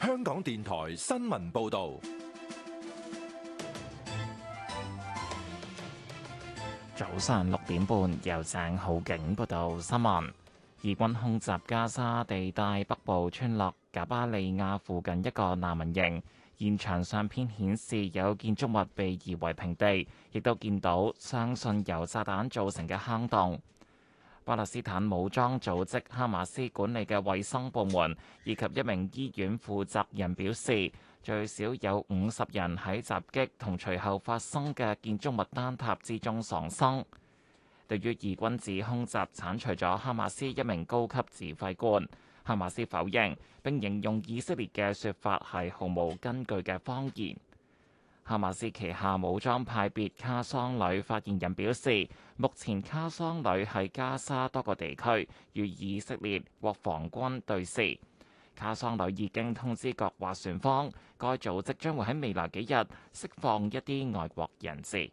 香港電台新聞報導。 早上6點半，由鄭浩景報道新聞。以軍空襲加沙地帶北部村落賈巴利亞附近一個難民營，現場相片顯示有建築物被夷為平地，亦都見到相信由炸彈造成嘅坑洞。巴勒斯坦武裝組織哈馬斯管理嘅衛生部門以及一名醫院負責人表示，最少有50人喺襲擊同隨後發生嘅建築物坍塌之中喪生。對於以軍指空襲剷除咗哈馬斯一名高級指揮官，哈馬斯否認，並形容以色列嘅說法係毫無根據嘅謊言。哈馬斯旗下武裝派別卡桑旅發言人表示，目前卡桑旅喺加沙多個地區與以色列國防軍對峙。卡桑旅已經通知各斡旋方，該組織將會喺未來幾日釋放一啲外國人質。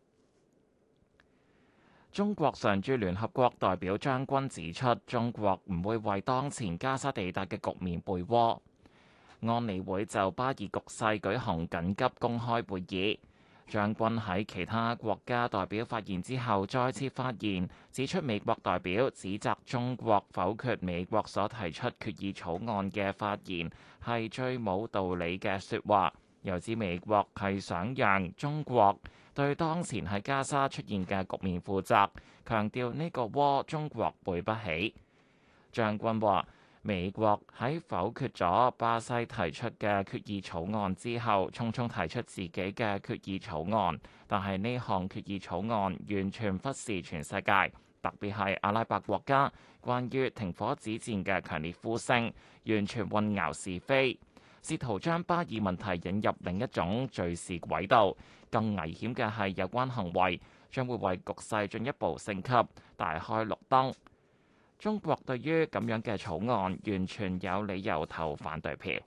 中國常駐聯合國代表張軍指出，中國唔會為當前加沙地帶嘅局面背鍋。安理會就巴以局勢舉行緊急公開會議，張軍喺其他國家代表發言之後再次發言，指出美國代表指責中國否決美國所提出決議草案嘅發言係最冇道理嘅說話，又指美國係想讓中國對當前喺加沙出現嘅局面負責，強調呢個鍋中國背不起。張軍話，美國喺否決咗巴西提出嘅決議草案之後，匆匆提出自己嘅決議草案，但係呢項決議草案完全忽視全世界，特別係阿拉伯國家關於停火止戰嘅強烈呼聲，完全混淆是非，試圖將巴以問題引入另一種敘事軌道。更危險嘅係有關行為將會為局勢進一步升級大開綠燈。中國對於咁樣嘅草案完全有理由投反對票。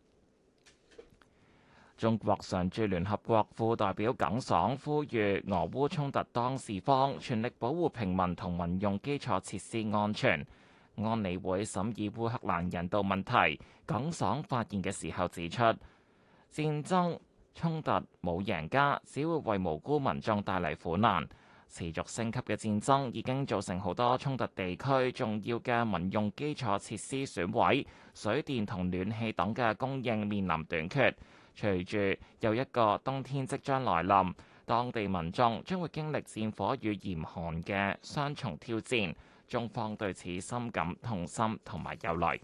中國常駐聯合國副代表耿爽呼籲俄烏衝突當事方全力保護平民同民用基礎設施安全。安理會審議烏克蘭人道問題，耿爽發言嘅時候指出，戰爭衝突冇贏家，只會為無辜民眾帶嚟苦難。持續升級嘅戰爭已經造成好多衝突地區重要嘅民用基礎設施損毀，水電同暖氣等嘅供應面臨短缺。隨住又一個冬天即將來臨，當地民眾將會經歷戰火與嚴寒嘅雙重挑戰。中方對此深感痛心同埋憂慮。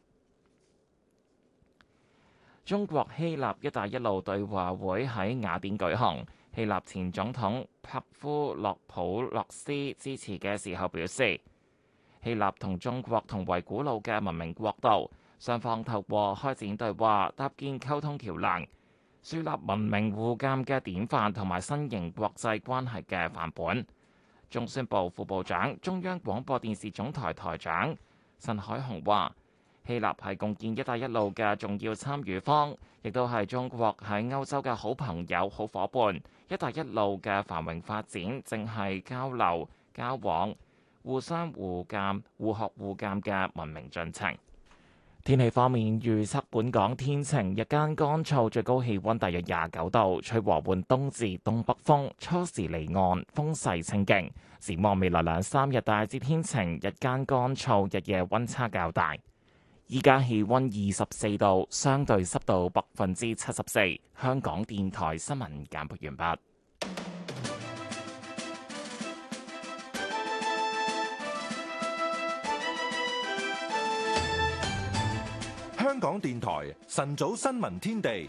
中國希臘一帶一路對話會喺雅典舉行。希臘前總統帕夫洛普洛斯支持嘅時候表示，希臘同中國同為古老嘅文明國度，雙方透過開展對話，搭建溝通橋樑，樹立文明互鑑嘅典範同埋新型國際關係嘅範本。中宣部副部長、中央廣播電視總台台長陳海雄話，希臘係共建一帶一路嘅重要參與方，亦都係中國喺歐洲嘅好朋友、好夥伴。一帶一路嘅繁榮發展，正係交流、交往、互相互鑑、互學互鑑嘅文明進程。天氣方面預測，本港天晴，日間乾燥，最高氣溫大約29度，吹和緩東至東北風，初時離岸，風勢清勁。展望未來2-3日大致天晴，日間乾燥，日夜溫差較大。依家氣溫24度，相對濕度74%。香港電台新聞簡報完畢。 香港電台晨早新聞天地。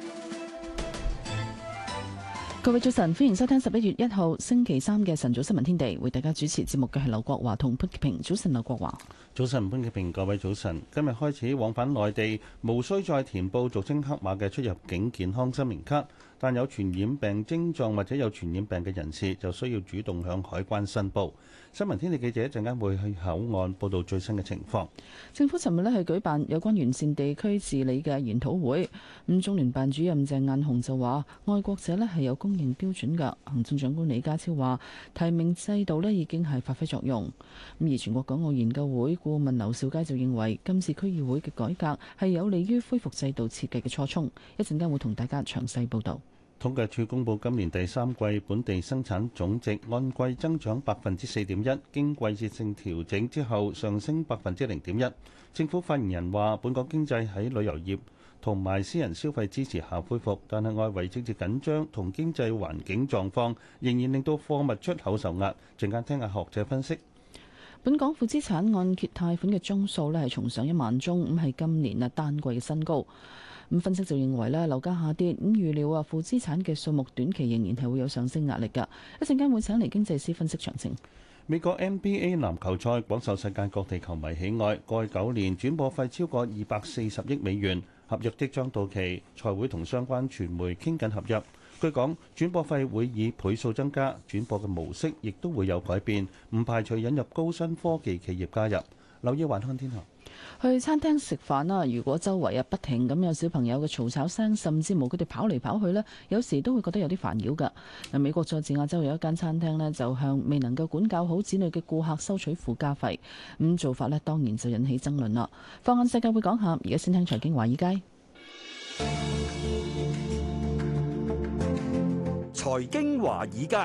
各位早晨，歡迎收聽11月1號星期3嘅晨早新聞天地，為大家主持節目嘅係劉國華同潘潔平。早晨，劉國華。 早晨，潘潔平。各位早晨。今日開始往返內地，無需再填報俗稱黑碼嘅出入境健康申明卡， 但有傳染病徵狀或者有傳染病嘅人士就需要主動向海關申報。新聞天地記者一陣間會去口岸報道最新嘅情況。 政府尋日係舉辦有關完善地區治理嘅研討會，咁中聯辦主任鄭雁雄就話，愛國者係有公認標準㗎。行政長官李家超話，提名制度已經係發揮作用。咁而全國港澳研究會顧問劉兆佳就認為，今次區議會嘅改革係有利於恢復制度設計嘅初衷。一陣間會同大家詳細報導。 統計處公布今年第三季本地生產總值按季增長4.1%，經季節性調整之後上升0.1%。政府發言人話：本港經濟喺旅遊業同埋私人消費支持下恢復，但係外圍政治緊張同經濟環境狀況仍然令到貨物出口受壓。陣間聽下學者分析。 本港負資產按揭貸款嘅宗數係重上1萬宗，咁係今年單季嘅新高。咁分析就認為樓價下跌，咁預料負資產嘅數目短期仍然係會有上升壓力㗎。一陣間會請嚟經濟師分析詳情。 美國 NBA 籃球賽廣受世界各地球迷喜愛，過去9年轉播費超過240億美元，合約即將到期，賽會同相關傳媒傾緊合約。據講，轉播費會以倍數增加，轉播嘅模式亦都會有改變，唔排除引入高新科技企業加入。留意環看天下。 去餐廳食飯啦，如果周圍不停咁有小朋友嘅嘈吵聲，甚至冇佢哋跑嚟跑去呢，有時都會覺得有啲煩擾㗎。嗱，美國佐治亞州有一間餐廳呢，就向未能夠管教好子女嘅顧客收取附加費，咁做法呢，當然就引起爭論啦。放眼世界會講下，而家先聽財經華爾街。 財經華爾街，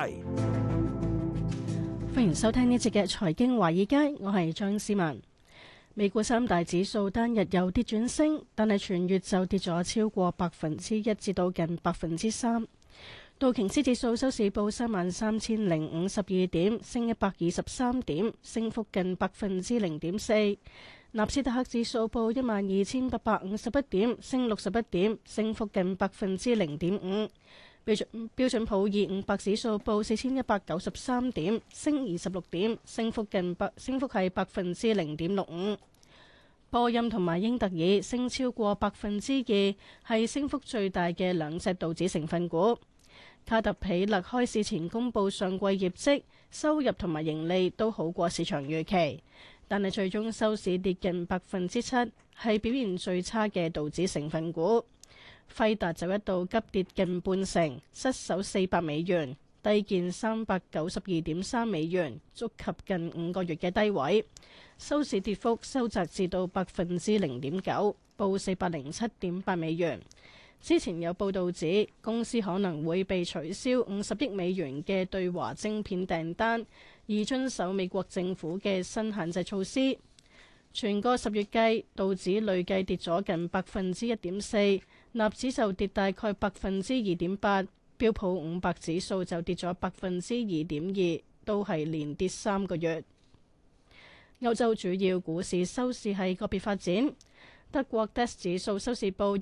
歡迎收聽呢節嘅財經華爾街，我係張思文。美股三大指數單日由跌轉升，但係全月就跌咗超過1%至到近3%。道瓊斯指數收市報33,052點，升123點，升幅近0.4%。納斯達克指數報12,851點，升61點，升幅近0.5%。標準普爾500指數報4,193點，升26點，升幅係0.65%。波音同埋英特爾升超過2%，係升幅最大嘅兩隻道指成分股。卡特彼勒開市前公佈上季業績，收入同埋盈利都好過市場預期，但係最終收市跌近7%，係表現最差嘅道指成分股。輝達就一度急跌近半成，失守400美元，低見392.3美元，觸及近5個月嘅低位。收市跌幅收窄至到0.9%，報407.8美元。之前有報道指公司可能會被取消50億美元嘅對華晶片訂單，以遵守美國政府嘅新限制措施。全個10月計，道指累計跌咗近1.4%，納指就跌大概2.8%，標普500指數就跌咗2.2%，都係連跌3個月。歐洲主要股市收市係個別發展，德國 DAX 指數收市報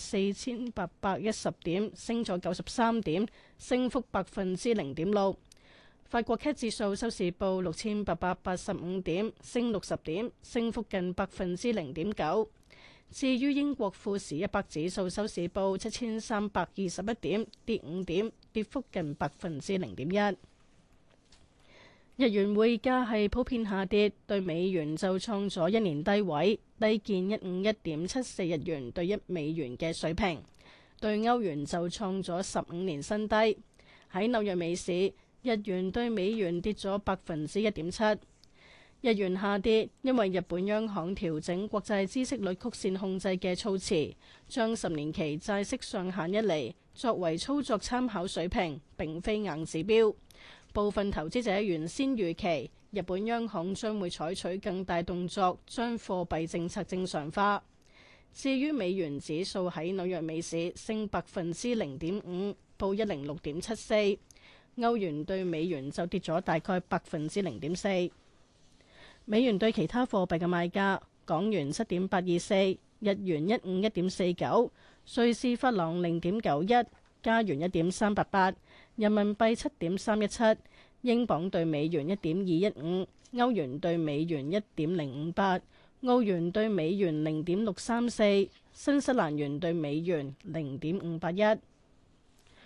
14,810點，升咗93點，升幅0.6%。法國 CAC 指數收市報6,885點，升60點，升幅近0.9%。至於英國富時100指數收市報7,321點，跌5點，跌幅近0.1%。日元匯價係普遍下跌，對美元就創咗1年低位，低見151.74日元對1美元嘅水平。對歐元就創咗15年新低。喺紐約美市，日元對美元跌咗1.7%。日元下跌，因為日本央行調整國際孳息率曲線控制嘅措辭，將10年期債息上限1厘作為操作參考水平，並非硬指標。部分投資者原先預期日本央行將會採取更大動作，將貨幣政策正常化。至於美元指數喺紐約美市升0.5%，報106.74。歐元對美元就跌咗大概0.4%。美元對其他貨幣嘅賣價：港元7.824，日元151.49，瑞士法郎0.91，加元1.388，人民幣7.317，英鎊對美元1.215，歐元對美元1.058，澳元對美元0.634，新西蘭元對美元0.581。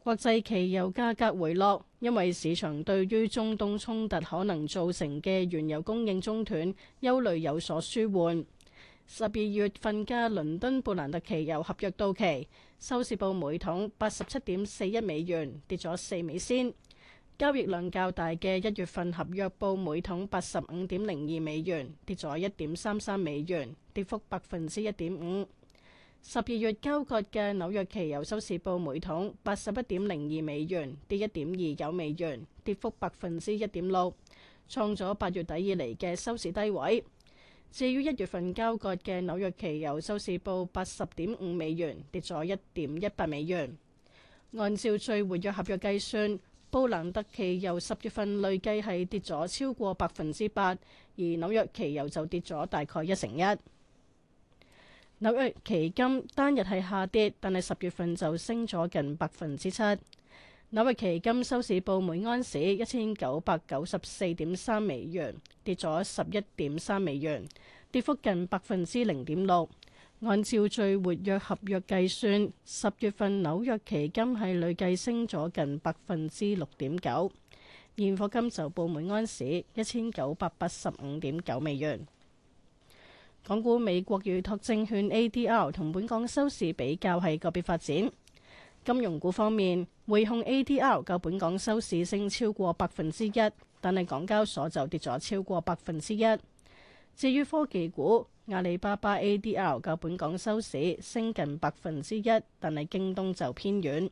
國際期油價格回落，因為市場對於中東衝突可能造成嘅原油供應中斷憂慮有所舒緩。12月份嘅倫敦布蘭特期油合約到期，收市報每桶87.41美元，跌咗4美仙。交易量較大嘅1月份合約報每桶85.02美元，跌咗1.33美元，跌幅1.5%。12月交割嘅紐約期油收市報每桶81.02美元，跌1.29美元，跌幅1.6%，創咗8月底以嚟嘅收市低位。至於1月份交割嘅紐約期油收市報80.5美元，跌咗1.18美元。按照最活躍合約計算，布蘭特期油10月份累計係跌咗超過8%，而紐約期油就跌咗大概1%。紐約期金單日係下跌，但係10月份就升咗近7%。紐約期金收市報每安士1994.3美元，跌咗11.3美元，跌幅近0.6%。按照最活躍合約計算，10月份紐約期金係累計升咗近6.9%，現貨金就報每安士1985.9美元。港股美國預託證券 ADR 同本港收市比較係個別發展。金融股方面，匯控 ADR 較本港收市升超過1%，但係港交所就跌咗超過1%。至於科技股，阿里巴巴 ADR 較本港收市升近1%，但係京東就偏軟。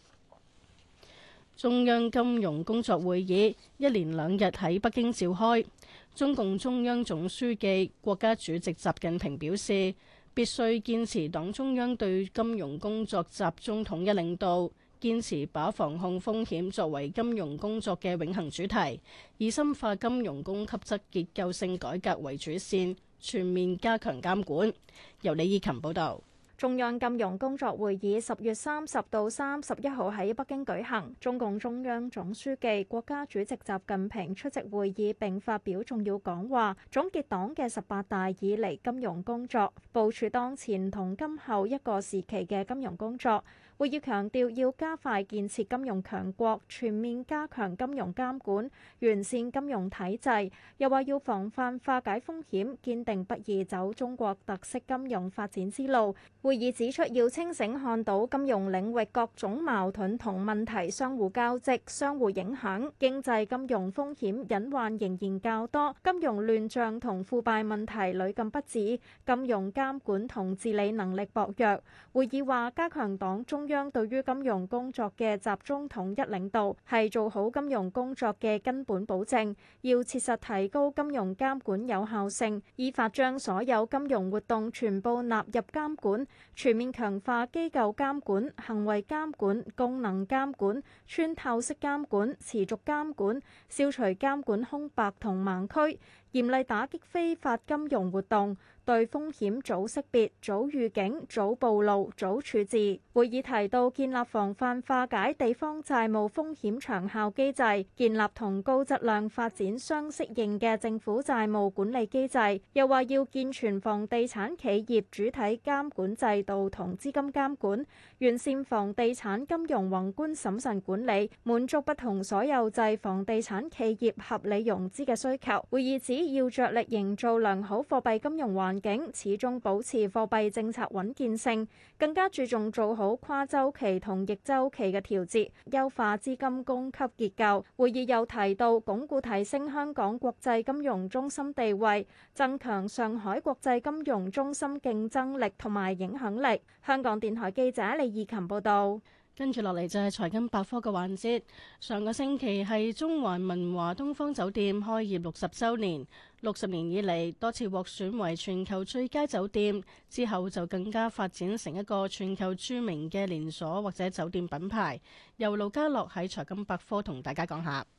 中央金融工作會議一連2日喺北京召開。中共中央總書記、國家主席習近平表示，必須堅持黨中央對金融工作集中統一領導，堅持把防控風險作為金融工作嘅永恆主題，以深化金融供給側結構性改革為主線，全面加強監管。由李以琴報導。 中央金融工作會議10月30到31號喺北京舉行，中共中央總書記、國家主席習近平出席會議並發表重要講話，總結黨嘅18大以嚟金融工作，部署當前同今後一個時期嘅金融工作。會議強調要加快建設金融強國，全面加強金融監管，完善金融體制。又話要防範化解風險，堅定不移走中國特色金融發展之路。會議指出，要清醒看到金融領域各種矛盾同問題相互交織、相互影響，經濟金融風險隱患仍然較多，金融亂象同腐敗問題屢禁不止，金融監管同治理能力薄弱。會議話，加強黨中央對於金融工作嘅集中統一領導，係做好金融工作嘅根本保證。要切實提高金融監管有效性，依法將所有金融活動全部納入監管，全面強化機構監管、行為監管、功能監管、穿透式監管、持續監管，消除監管空白同盲區，嚴厲打擊非法金融活動，對風險早識別、早預警、早暴露、早處置。會議提到建立防範化解地方債務風險長效機制，建立同高質量發展相適應嘅政府債務管理機制。又話要健全房地產企業主體監管制度同資金監管，完善房地產金融宏觀審慎管理，滿足不同所有制房地產企業合理融資嘅需求。會議指要着力營造良好貨幣金融環境，始終保持貨幣政策穩健性，更加注重做好跨週期同逆週期嘅調節，優化資金供給結構。會議又提到鞏固提升香港國際金融中心地位，增強上海國際金融中心競爭力同埋影響力。香港電台記者李義琴報道。 跟住落嚟就係財經百科嘅環節。上個星期係中環文華東方酒店開業60週年，60年以嚟多次獲選為全球最佳酒店，之後就更加發展成一個全球著名嘅連鎖或者酒店品牌。由盧家樂喺財經百科同大家講下。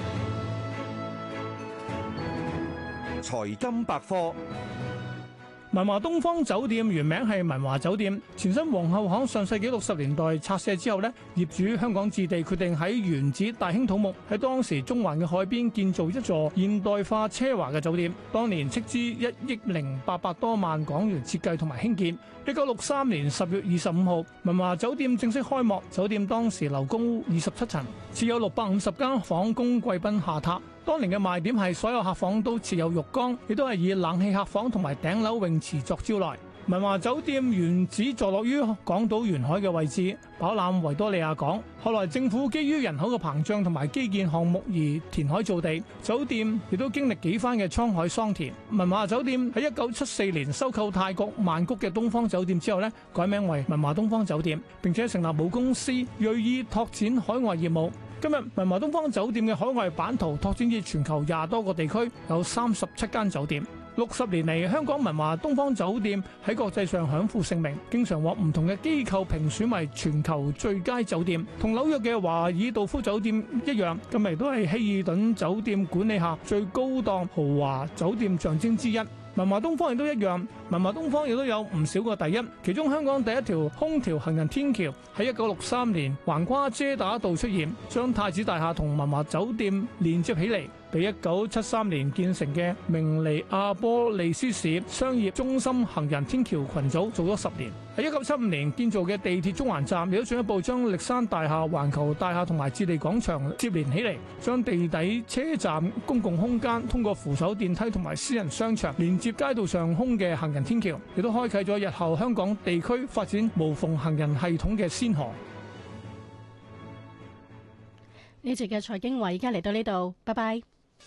財金百科。 文華東方酒店原名係文華酒店，前身皇后巷，上世紀60年代拆卸之後呢，業主香港置地決定喺原址大興土木，喺當時中環嘅海邊建造一座現代化奢華嘅酒店。當年斥資1億800多萬港元設計同埋興建。1963年10月25號，文華酒店正式開幕。酒店當時樓高27層，設有650間房供貴賓下榻。當年嘅賣點係所有客房都設有浴缸，亦都係以冷氣客房同埋頂樓泳池作招來。文華酒店原址坐落於港島沿海嘅位置，飽覽維多利亞港。後來政府基於人口嘅膨脹同埋基建項目而填海造地，酒店亦都經歷幾番嘅滄海桑田。文華酒店喺1974年收購泰國曼谷嘅東方酒店之後呢，改名為文華東方酒店，並且成立母公司，銳意拓展海外業務。今日文華東方酒店嘅海外版圖拓展至全球20多個地區，有37間酒店。60年嚟，香港文華東方酒店喺國際上享負盛名，經常獲唔同嘅機構評選為全球最佳酒店。同紐約嘅華爾道夫酒店一樣，今日都係希爾頓酒店管理下最高檔豪華酒店象徵之一。文華東方亦都一樣，文華東方亦都有唔少個第一，其中香港第一條空調行人天橋喺1963年橫跨遮打道出現，將太子大廈同文華酒店連接起嚟，比1973年建成嘅明尼亞波利斯市商業中心行人天橋群組做咗10年。喺1975年建造嘅地鐵中環站，亦都進一步將歷山大廈、環球大廈同埋置地廣場接連起嚟，將地底車站公共空間通過扶手電梯同埋私人商場連接街道上空嘅行人天橋，亦都開啟咗日後香港地區發展無縫行人系統嘅先河。 呢節嘅財經話而家嚟到呢度，拜拜。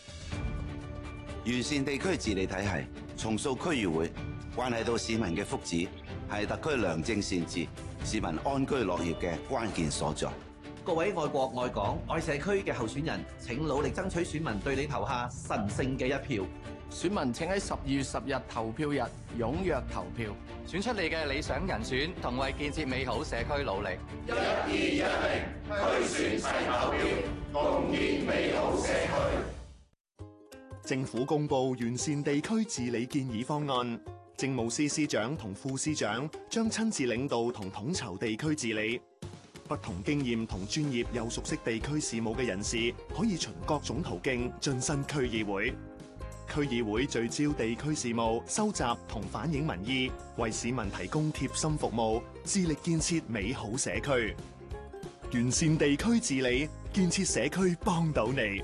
完善地區治理體系，重塑區議會，關係到市民嘅福祉，係特區良政善治、市民安居樂業嘅關鍵所在。 各位愛國愛港愛社區嘅候選人，請努力爭取選民對你投下神聖嘅一票。 選民請喺12月10日投票日踴躍投票， 選出你嘅理想人選，同為建設美好社區努力。 1210區選齊投票，共建美好社區。 政府公布完善地區治理建議方案，政務司司長同副司長將親自領導同統籌地區治理。不同經驗同專業又熟悉地區事務嘅人士，可以循各種途徑晉身區議會。區議會聚焦地區事務，收集同反映民意，為市民提供貼心服務，致力建設美好社區。完善地區治理，建設社區，幫到你。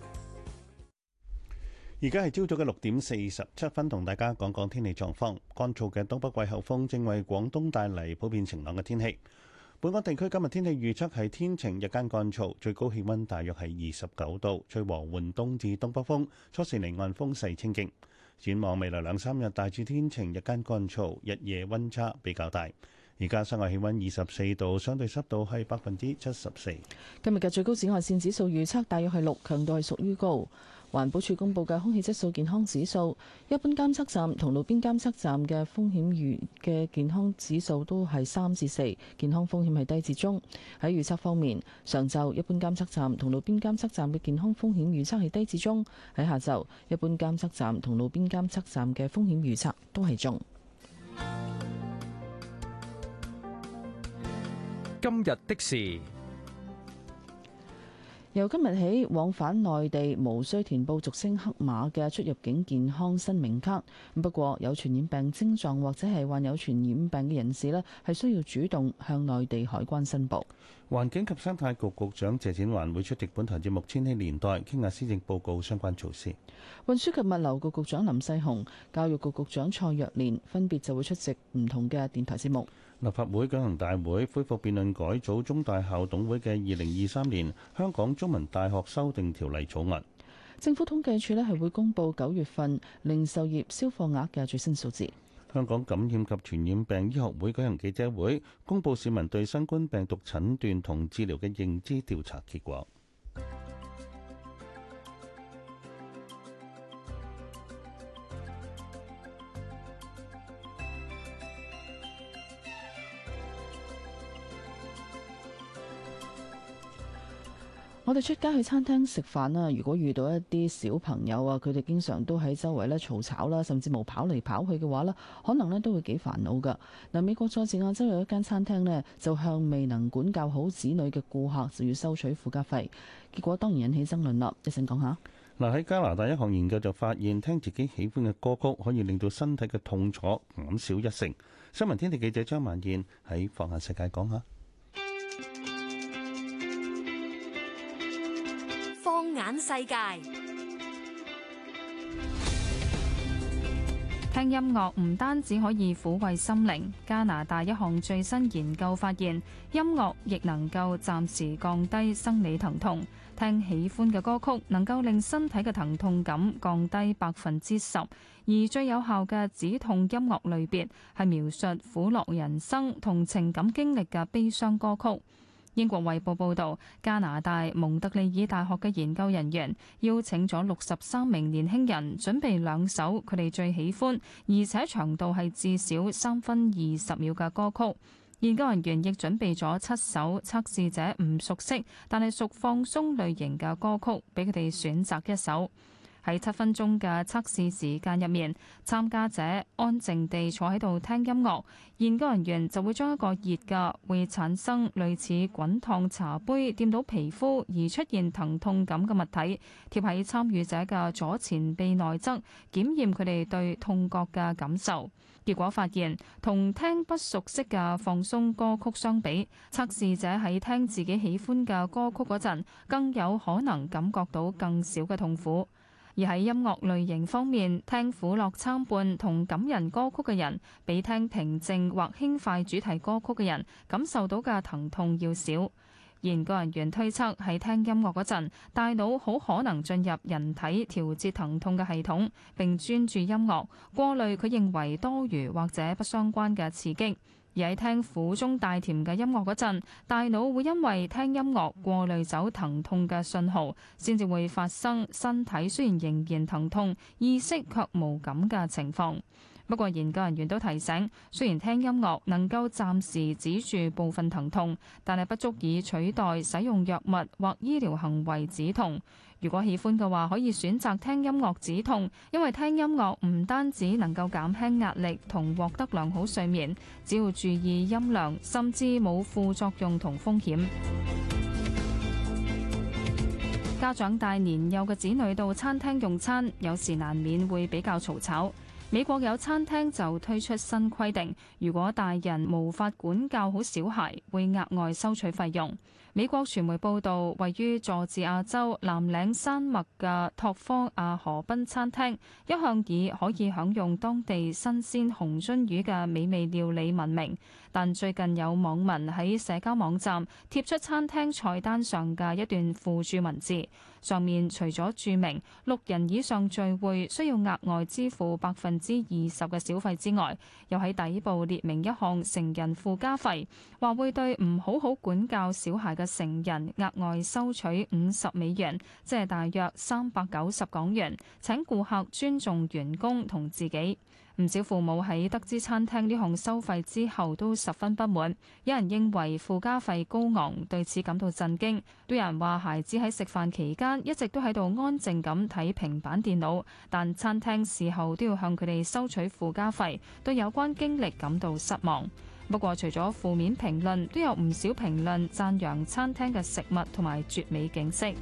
而家係朝早嘅6:47，同大家講講天氣狀況。乾燥嘅東北季候風正為廣東帶嚟普遍晴朗嘅天氣。本港地區今日天氣預測係天晴，日間乾燥，最高氣溫大約係29度，吹和緩東至東北風，初時離岸風勢清勁。展望未來2-3日大致天晴，日間乾燥，日夜溫差比較大。而家室外氣溫24度，相對濕度係74%。 今日嘅最高紫外線指數預測大約係6，強度係屬於高。環保署公布嘅空氣質素健康指數，一般監測站同路邊監測站嘅風險嘅健康指數都係3至4，健康風險係低至中。喺預測方面，上晝一般監測站同路邊監測站嘅健康風險預測係低至中；喺下晝，一般監測站同路邊監測站嘅風險預測都係中。 今日的事。 由今日起，往返內地無需填報俗稱黑碼嘅出入境健康申明卡。不過，有傳染病徵狀或者係患有傳染病嘅人士呢，係需要主動向內地海關申報。 環境及生態局局長謝展寰會出席本台節目《千禧年代》，傾下施政報告相關措施。 運輸及物流局局長林世雄、教育局局長蔡若蓮分別就會出席唔同嘅電台節目。 立法會舉行大會，恢復辯論改組中大校董會嘅2023年香港中文大學修訂條例草案。 政府統計處呢係會公布9月份零售業銷貨額嘅最新數字。 香港感染及傳染病醫學會舉行記者會，公布市民對新冠病毒診斷同治療嘅認知調查結果。 我哋出街去餐廳食飯啦，如果遇到一啲小朋友啊，佢哋經常都喺周圍咧嘈吵啦，甚至冇跑嚟跑去嘅話咧，可能咧都會幾煩惱㗎。嗱，美國佐治亞州有一間餐廳咧，就向未能管教好子女嘅顧客就要收取附加費，結果當然引起爭論啦。一陣講下。 嗱，喺加拿大一項研究就發現，聽自己喜歡嘅歌曲可以令到身體嘅痛楚減少1成。新聞天地記者張萬燕喺放眼世界講下。 放眼世界，聽音樂唔單止可以撫慰心靈，加拿大一項最新研究發現，音樂亦能夠暫時降低生理疼痛。聽喜歡嘅歌曲能夠令身體嘅疼痛感降低10%，而最有效嘅止痛音樂類別係描述苦樂人生同情感經歷嘅悲傷歌曲。英國衛報報導，加拿大蒙特利爾大學嘅研究人員邀請咗63名年輕人準備2首佢哋最喜歡，而且長度係至少3分20秒嘅歌曲。研究人員亦準備咗7首測試者唔熟悉，但係屬放鬆類型嘅歌曲，俾佢哋選擇1首。喺7分鐘嘅測試時間入面，參加者安靜地坐喺度聽音樂，研究人員就會將一個熱嘅會產生類似滾燙茶杯掂到皮膚而出現疼痛感嘅物體貼喺參與者嘅左前臂內側，檢驗佢哋對痛覺嘅感受。結果發現，同聽不熟悉嘅放鬆歌曲相比，測試者喺聽自己喜歡嘅歌曲嗰陣，更有可能感覺到更少嘅痛苦。而喺音樂類型方面，聽苦樂參半同感人歌曲嘅人，比聽平靜或輕快主題歌曲嘅人感受到嘅疼痛要少。研究人員推測喺聽音樂嗰陣，大腦好可能進入人體調節疼痛嘅系統，並專注音樂，過濾佢認為多餘或者不相關嘅刺激。而喺聽苦中帶甜嘅音樂嗰陣，大腦會因為聽音樂過濾走疼痛嘅信號，先至會發生身體雖然仍然疼痛，意識卻無感嘅情況。不過研究人員都提醒，雖然聽音樂能夠暫時止住部分疼痛，但係不足以取代使用藥物或醫療行為止痛。如果喜歡嘅話，可以選擇聽音樂止痛，因為聽音樂唔單止能夠減輕壓力同獲得良好睡眠，只要注意音量，甚至冇副作用同風險。家長帶年幼嘅子女到餐廳用餐，有時難免會比較嘈吵。美國有餐廳就推出新規定，如果大人無法管教好小孩，會額外收取費用。美國傳媒報道，位於佐治亞州藍嶺山脈嘅托科亞河濱餐廳，一向以可以享用當地新鮮紅鱒魚嘅美味料理聞名。但最近有網民喺社交網站貼出餐廳菜單上嘅一段附注文字，上面除咗註明6人以上聚會需要額外支付20%嘅小費之外，又喺底部列明一項成人附加費，話會對唔好好管教小孩嘅成人額外收取$50，即係大約390港元。請顧客尊重員工同自己。唔少父母喺得知餐廳呢項收費之後都十分不滿，有人認為附加費高昂，對此感到震驚。都有人話孩子喺食飯期間一直都喺度安靜咁睇平板電腦，但餐廳事後都要向佢哋收取附加費，對有關經歷感到失望。不過除咗負面評論，都有唔少評論讚揚餐廳嘅食物同埋絕美景色。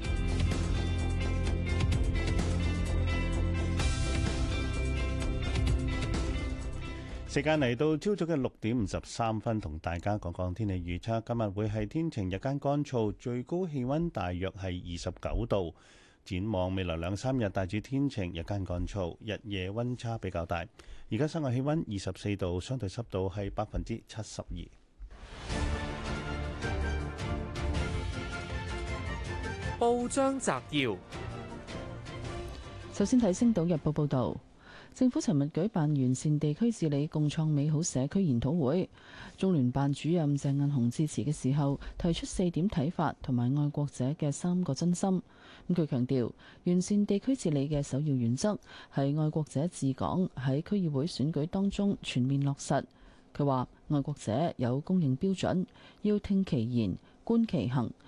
時間嚟到朝早嘅6:53，同大家講講天氣預測。今日會係天晴，日間乾燥，最高氣溫大約係29度。展望未來2-3日，大致天晴，日間乾燥，日夜溫差比較大。而家室外氣溫24度，相對濕度係72%。 報章摘要， 首先睇《星島日報》報導。政府尋日舉辦完善地區治理、共創美好社區研討會，中聯辦主任鄭雁雄致辭嘅時候提出4點睇法同埋愛國者嘅3個真心。佢強調，完善地區治理嘅首要原則係愛國者治港喺區議會選舉當中全面落實。佢話愛國者有公認標準，要聽其言、觀其行，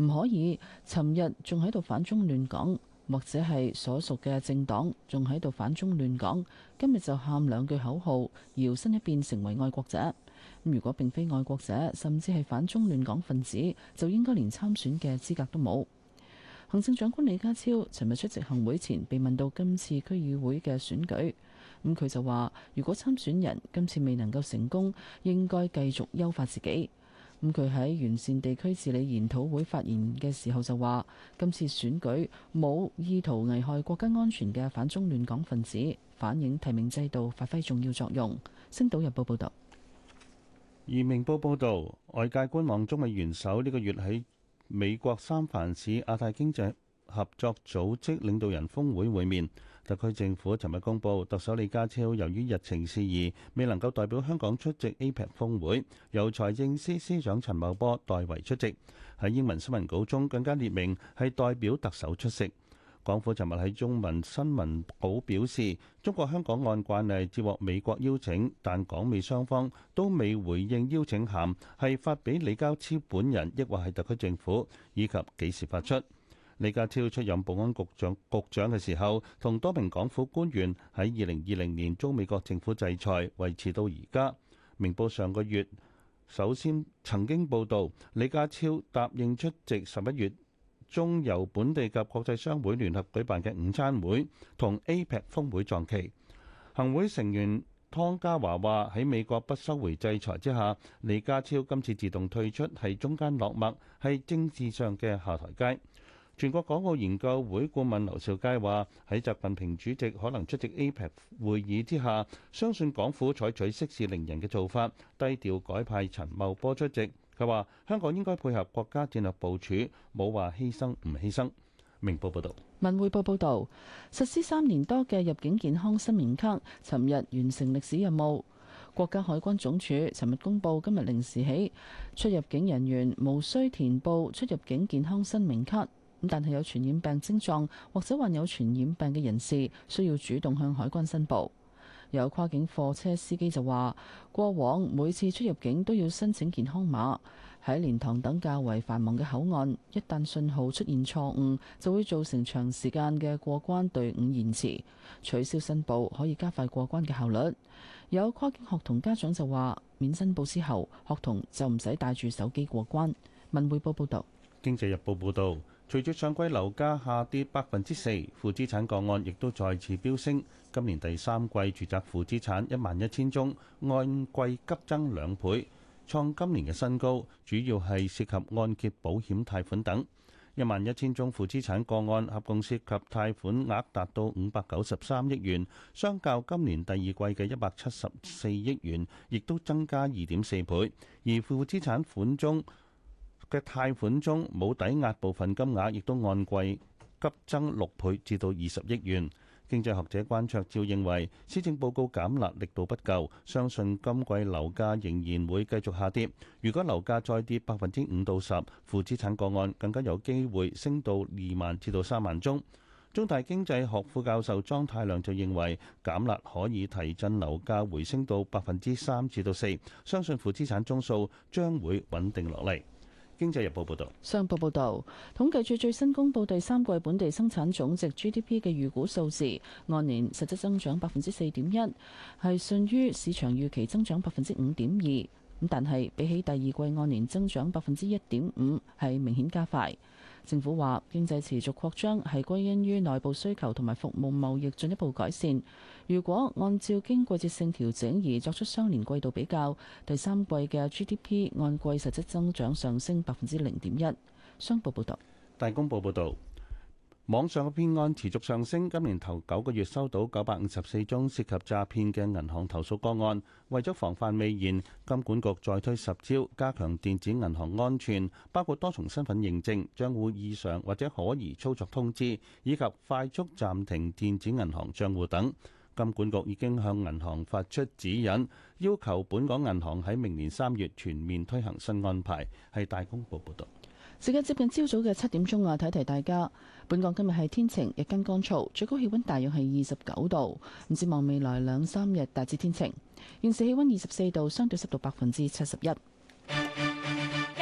唔可以尋日仲喺度反中亂港，或者係所屬嘅政黨仲喺度反中亂港，今日就喊兩句口號，搖身一變成為愛國者。如果並非愛國者，甚至係反中亂港分子，就應該連參選嘅資格都冇。行政長官李家超尋日出席行會前被問到今次區議會嘅選舉，佢就話：如果參選人今次未能夠成功，應該繼續優化自己。佢喺完善地區治理研討會發言嘅時候就話：今次選舉冇意圖危害國家安全嘅反中亂港分子，反映提名制度發揮重要作用。星島日報報道。 而明報報導，外界觀望中美元首呢個月喺美國三藩市亞太經濟合作組織領導人峰會會面。特區政府尋日公布，特首李家超由於日程事宜，未能夠代表香港出席 APEC 峰會，由財政司司長陳茂波代為出席。喺英文新聞稿中更加列明係代表特首出席。港府尋日喺中文新聞稿表示，中國香港按慣例接獲美國邀請，但港美雙方都未回應邀請函係發俾李家超本人，抑或係特區政府，以及幾時發出。李家超出任保安局長嘅時候，同多名港府官員喺2020年遭美國政府制裁，維持到而家。明報上個月首先曾經報導，李家超答應出席11月中由本地及國際商會聯合舉辦嘅午餐會，同 APEC 峰會撞期。行會成員湯家驊話：喺美國不收回制裁之下，李家超今次自動退出係中間落墨，係政治上嘅下台階。全國港澳研究會顧問劉兆佳話：喺習近平主席可能出席 APEC 會議之下，相信港府採取息事寧人嘅做法，低調改派陳茂波出席。佢話：香港應該配合國家戰略部署，冇話犧牲唔犧牲。明報報導。 文匯報報導，實施3年多嘅入境健康申明卡，尋日完成歷史任務。國家海關總署尋日公佈，今日0時起，出入境人員無需填報出入境健康申明卡。但係有傳染病徵狀或者患有傳染病嘅人士，需要主動向海關申報。有跨境貨車司機就話，過往每次出入境都要申請健康碼。喺蓮塘等較為繁忙嘅口岸，一旦信號出現錯誤，就會造成長時間嘅過關隊伍延遲。取消申報可以加快過關嘅效率。有跨境學童家長就話，免申報之後，學童就唔使帶住手機過關。文匯報報導。 經濟日報報導。隨住上季樓價下跌4%，負資產個案亦都再次飆升。今年第3季住宅負資產11000宗，按季急增2倍，創今年嘅新高。主要係涉及按揭、保險、貸款等。11000宗負資產個案，合共涉及貸款額達到593億元，相較今年第2季嘅174億元，亦都增加2.4倍。而負資產款中嘅貸款中冇抵押部分金額，亦都按季急增6倍至到20億元。經濟學者關焯照認為，施政報告減辣力度不夠，相信今季樓價仍然會繼續下跌。如果樓價再跌5%到10%，負資產個案更加有機會升到2萬至到3萬宗。中大經濟學副教授莊太量就認為，減辣可以提振樓價回升到3%至到4%，相信負資產宗數將會穩定落嚟。經濟日報報導， 商報報導，統計處最新公佈第3季本地生產總值 GDP 嘅預估數字，按年實質增長4.1%，係遜於市場預期增長5.2%。但係比起第2季按年增長1.5%，係明顯加快。政府話經濟持續擴張係歸因於內部需求同埋服務貿易進一步改善。如果按照經季節性調整而作出雙年季度比較，第3季嘅 GDP 按季實質增長上升0.1%。商報報導。 大公報報導。網上嘅騙案持續上升，今年頭9個月收到954宗涉及詐騙嘅銀行投訴個案。為咗防範未然，金管局再推10招加強電子銀行安全，包括多重身份認證、帳戶異常或者可疑操作通知，以及快速暫停電子銀行帳戶等。金管局已經向銀行發出指引，要求本港銀行喺明年3月全面推行新安排。係大公報報導。 時間接近朝早嘅7點鐘啊，提提大家，本港今日係天晴，日間乾燥，最高氣溫大約係29度。唔指望未來2-3日大致天晴。現時氣溫24度，相對濕度71%。 交通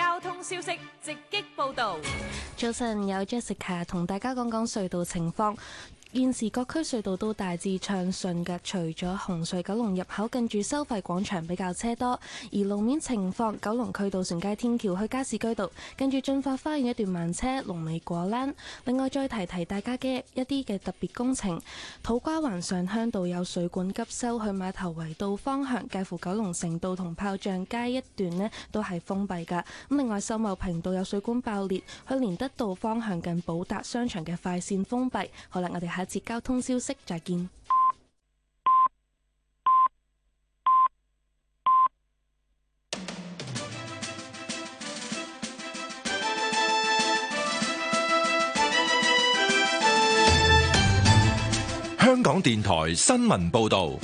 消息直擊報導。 早晨，有 Jessica 同大家講講隧道情況。現時各區隧道都大致暢順嘅，除咗紅隧九龍入口近住收費廣場比較車多，而路面情況，九龍區渡船街天橋去加士居道近住駿發花園一段慢車，龍尾果欄。另外再提提大家嘅一啲嘅特別工程，土瓜灣上鄉道有水管急修，去馬頭圍道方向介乎九龍城道同炮仗街一段呢都係封閉㗎。咁另外秀茂坪道有水管爆裂，去連德道方向近寶達商場嘅快線封閉。好啦，我哋下一節交通消息再見。 香港電台新聞報導。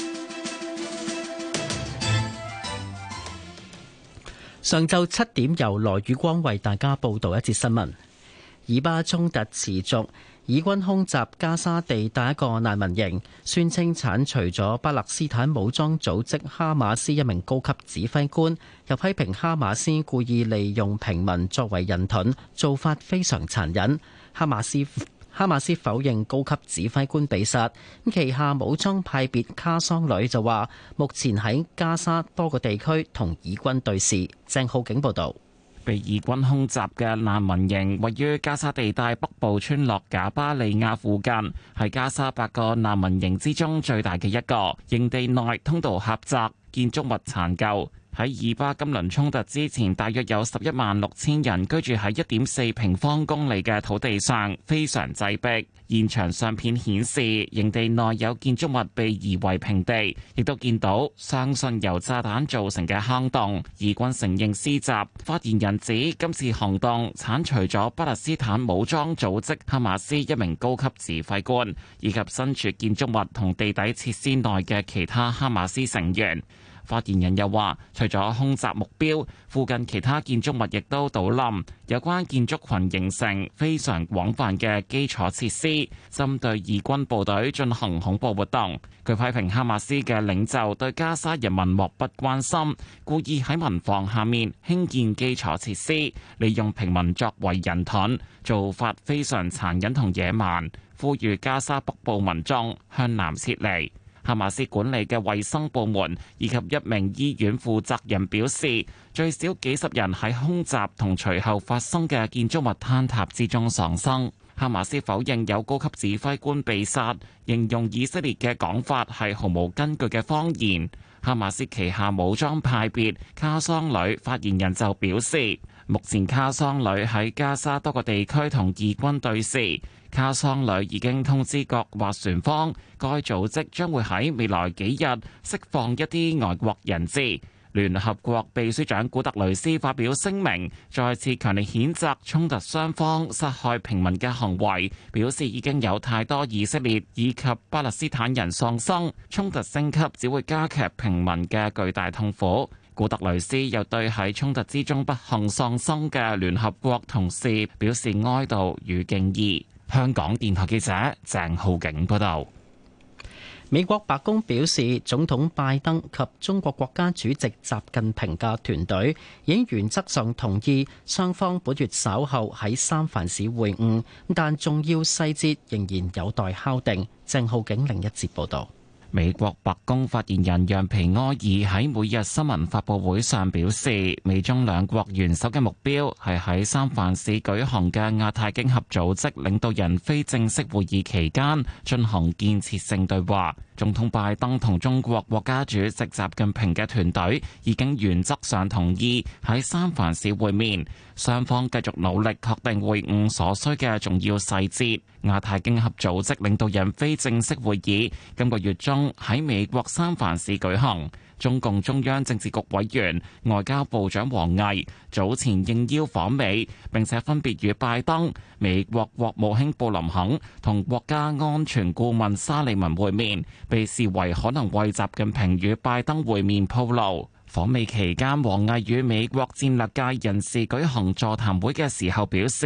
上晝7點，由羅宇光為大家報導一節新聞。以巴衝突持續，以軍空襲加沙地帶一個難民營，宣稱剷除咗巴勒斯坦武裝組織哈馬斯一名高級指揮官，又批評哈馬斯故意利用平民作為人盾，做法非常殘忍。哈馬斯否認高級指揮官被殺，旗下武裝派別卡桑旅就話，目前喺加沙多個地區同以軍對峙。鄭浩景報導。 被以軍空襲嘅難民營位於加沙地帶北部村落賈巴利亞附近，係加沙8個難民營之中最大嘅一個。營地內通道狹窄，建築物殘舊。喺以巴今輪衝突之前，大約有116000人居住喺1.4平方公里嘅土地上，非常擠迫。現場相片顯示，營地內有建築物被夷為平地，亦都見到相信由炸彈造成嘅坑洞。以軍承認施襲，發言人指今次行動剷除咗巴勒斯坦武裝組織哈馬斯一名高級指揮官，以及身處建築物同地底設施內嘅其他哈馬斯成員。發言人又話，除咗空襲目標，附近其他建築物亦都倒冧，有關建築群形成非常廣泛嘅基礎設施，針對以軍部隊進行恐怖活動。佢批評哈馬斯嘅領袖對加沙人民漠不關心，故意喺民房下面興建基礎設施，利用平民作為人盾，做法非常殘忍同野蠻，呼籲加沙北部民眾向南撤離。哈馬斯管理嘅衛生部門以及一名醫院負責人表示，最少幾十人喺空襲同隨後發生嘅建築物坍塌之中喪生。哈馬斯否認有高級指揮官被殺，形容以色列嘅講法係毫無根據嘅謊言。哈馬斯旗下武裝派別卡桑旅發言人就表示，目前卡桑旅喺加沙多個地區同以軍對峙。卡桑旅已經通知各斡旋方，該組織將會喺未來幾日釋放一啲外國人質。聯合國秘書長古特雷斯發表聲明，再次強烈譴責衝突雙方殺害平民嘅行為，表示已經有太多以色列以及巴勒斯坦人喪生，衝突升級只會加劇平民嘅巨大痛苦。古特雷斯又對喺衝突之中不幸喪生嘅聯合國同事表示哀悼與敬意。香港電台記者鄭浩景報道。 美國白宮表示，總統拜登及中國國家主席習近平嘅團隊已經原則上同意雙方本月稍後喺三藩市會晤，但重要細節仍然有待敲定。鄭浩景另一節報道。 美國白宮發言人讓皮埃爾喺每日新聞發佈會上表示，美中兩國元首嘅目標係喺三藩市舉行嘅亞太經合組織領導人非正式會議期間進行建設性對話。總統拜登同中國國家主席習近平嘅團隊已經原則上同意喺三藩市會面，雙方繼續努力確定會晤所需嘅重要細節。亞太經合組織領導人非正式會議今個月中喺美國三藩市舉行。中共中央政治局委員外交部長王毅早前應邀訪美，並且分別與拜登、美國國務卿布林肯同國家安全顧問沙利文會面，被視為可能為習近平與拜登會面鋪路。訪美期間，王毅與美國戰略界人士舉行座談會嘅時候表示，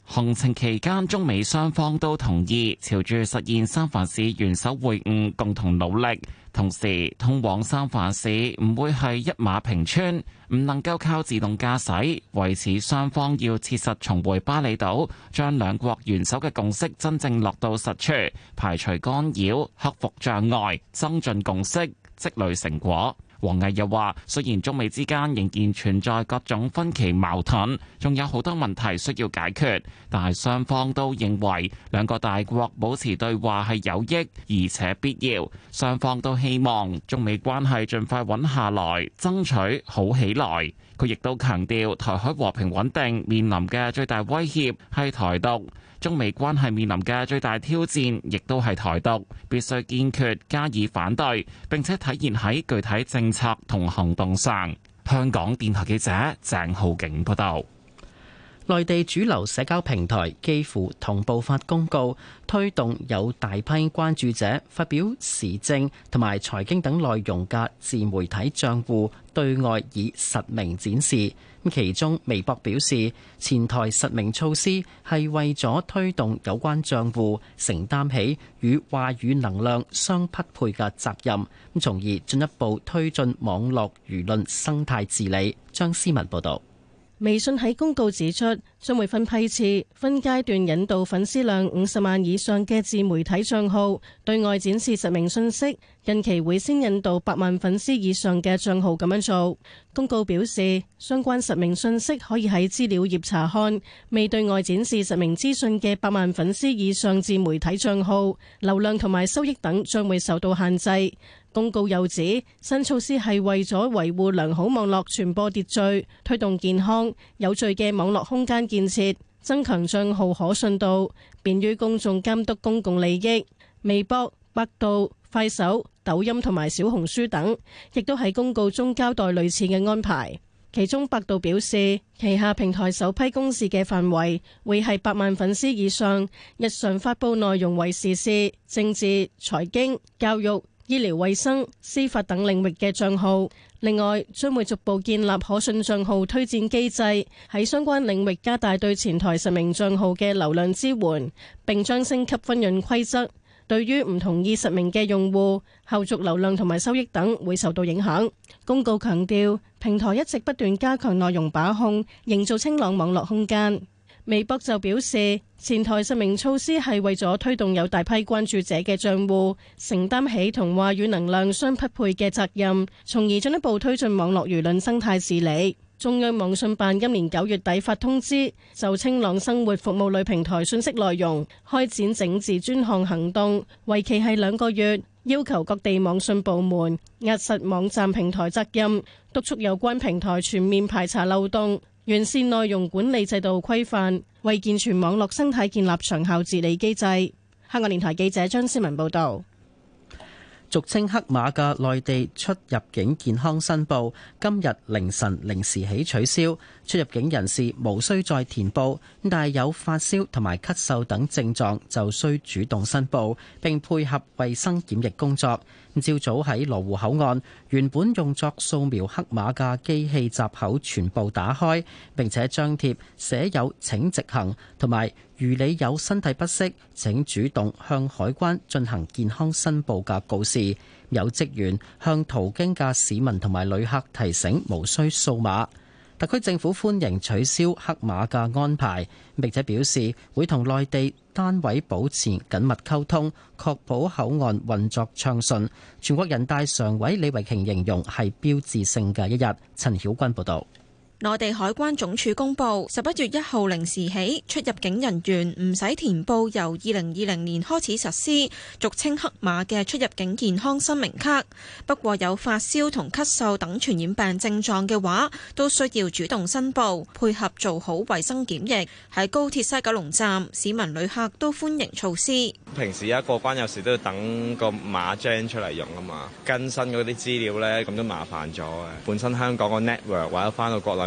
行程期間，中美雙方都同意朝住實現三藩市元首會晤共同努力。同時，通往三藩市唔會係一馬平川，唔能夠靠自動駕駛。為此，雙方要切實重回巴厘島，將兩國元首嘅共識真正落到實處，排除干擾，克服障礙，增進共識，積累成果。王毅又話，雖然中美之間仍然存在各種分歧矛盾，仲有好多問題需要解決，但係雙方都認為兩個大國保持對話係有益而且必要，雙方都希望中美關係盡快穩下來，爭取好起來。佢亦都強調，台海和平穩定面臨嘅最大威脅係台獨，中美關係面臨嘅最大挑戰亦都係台獨，必須堅決加以反對，並且體現喺具體政策同行動上。香港電台記者鄭浩景報道。 內地主流社交平台幾乎同步發公告，推動有大批關注者發表時政同埋財經等內容嘅自媒體賬戶對外以實名展示。其中微博表示，前台實名措施係為咗推動有關賬戶承擔起與話語能量相匹配嘅責任，從而進一步推進網絡輿論生態治理。張思文報導。 微信喺公告指出，將會分批次、分階段引導粉絲量50萬以上嘅自媒體賬號對外展示實名信息。近期會先引導8萬粉絲以上嘅賬號咁樣做。公告表示，相關實名信息可以喺資料頁查看，未對外展示實名資訊嘅8萬粉絲以上自媒體賬號流量同埋收益等將會受到限制。公告又指，新措施係為咗維護良好網絡傳播秩序，推動健康有序嘅網絡空間建設，增強賬號可信度，便於公眾監督公共利益。微博、百度、快手、抖音同埋小紅書等，亦都喺公告中交代類似嘅安排。其中百度表示，旗下平台首批公示嘅範圍會係8萬粉絲以上，日常發佈內容為時事、政治、財經、教育、醫療衛生、司法等領域嘅賬號。另外，將會逐步建立可信賬號推薦機制，喺相關領域加大對前台實名賬號嘅流量支援，並將升級分潤規則。對於唔同意實名嘅用戶，後續流量同埋收益等會受到影響。公告強調，平台一直不斷加強內容把控，營造清朗網絡空間。微博就表示，前台實名措施係為咗推動有大批關注者嘅賬戶承擔起同話語能量相匹配嘅責任，從而進一步推進網絡輿論生態治理。中央網信辦今年9月底發通知，就清朗生活服務類平台信息內容開展整治專項行動，為期係2個月，要求各地網信部門壓實網站平台責任，督促有關平台全面排查漏洞，完善內容管理制度規範，為健全網絡生態建立長效治理機制。香港電台記者張思文報道。 俗稱黑碼嘅內地出入境健康申報，今日凌晨0時起取消。出入境人士無需再填報，但係有發燒同埋咳嗽等症狀就需主動申報，並配合衛生檢疫工作。朝早喺羅湖口岸，原本用作掃描黑碼嘅機器閘口全部打開，並且張貼寫有請直行同埋如你有身體不適請主動向海關進行健康申報嘅告示。有職員向途經嘅市民同埋旅客提醒無需掃碼。特區政府歡迎取消黑碼嘅安排，並且表示會同內地單位保持緊密溝通，確保口岸運作暢順。全國人大常委李慧瓊形容係標誌性嘅一日。陳曉君報導。 內地海關總署公布，11月1號0時起，出入境人員唔使填報由2020年開始實施，俗稱黑碼嘅出入境健康申明卡。不過有發燒同咳嗽等傳染病症狀嘅話，都需要主動申報，配合做好衛生檢疫。喺高鐵西九龍站，市民旅客都歡迎措施。 平時一過關有時都要等個碼張出嚟用啊嘛，更新嗰啲資料呢，咁都麻煩咗嘅。本身香港個 network 或者翻到國內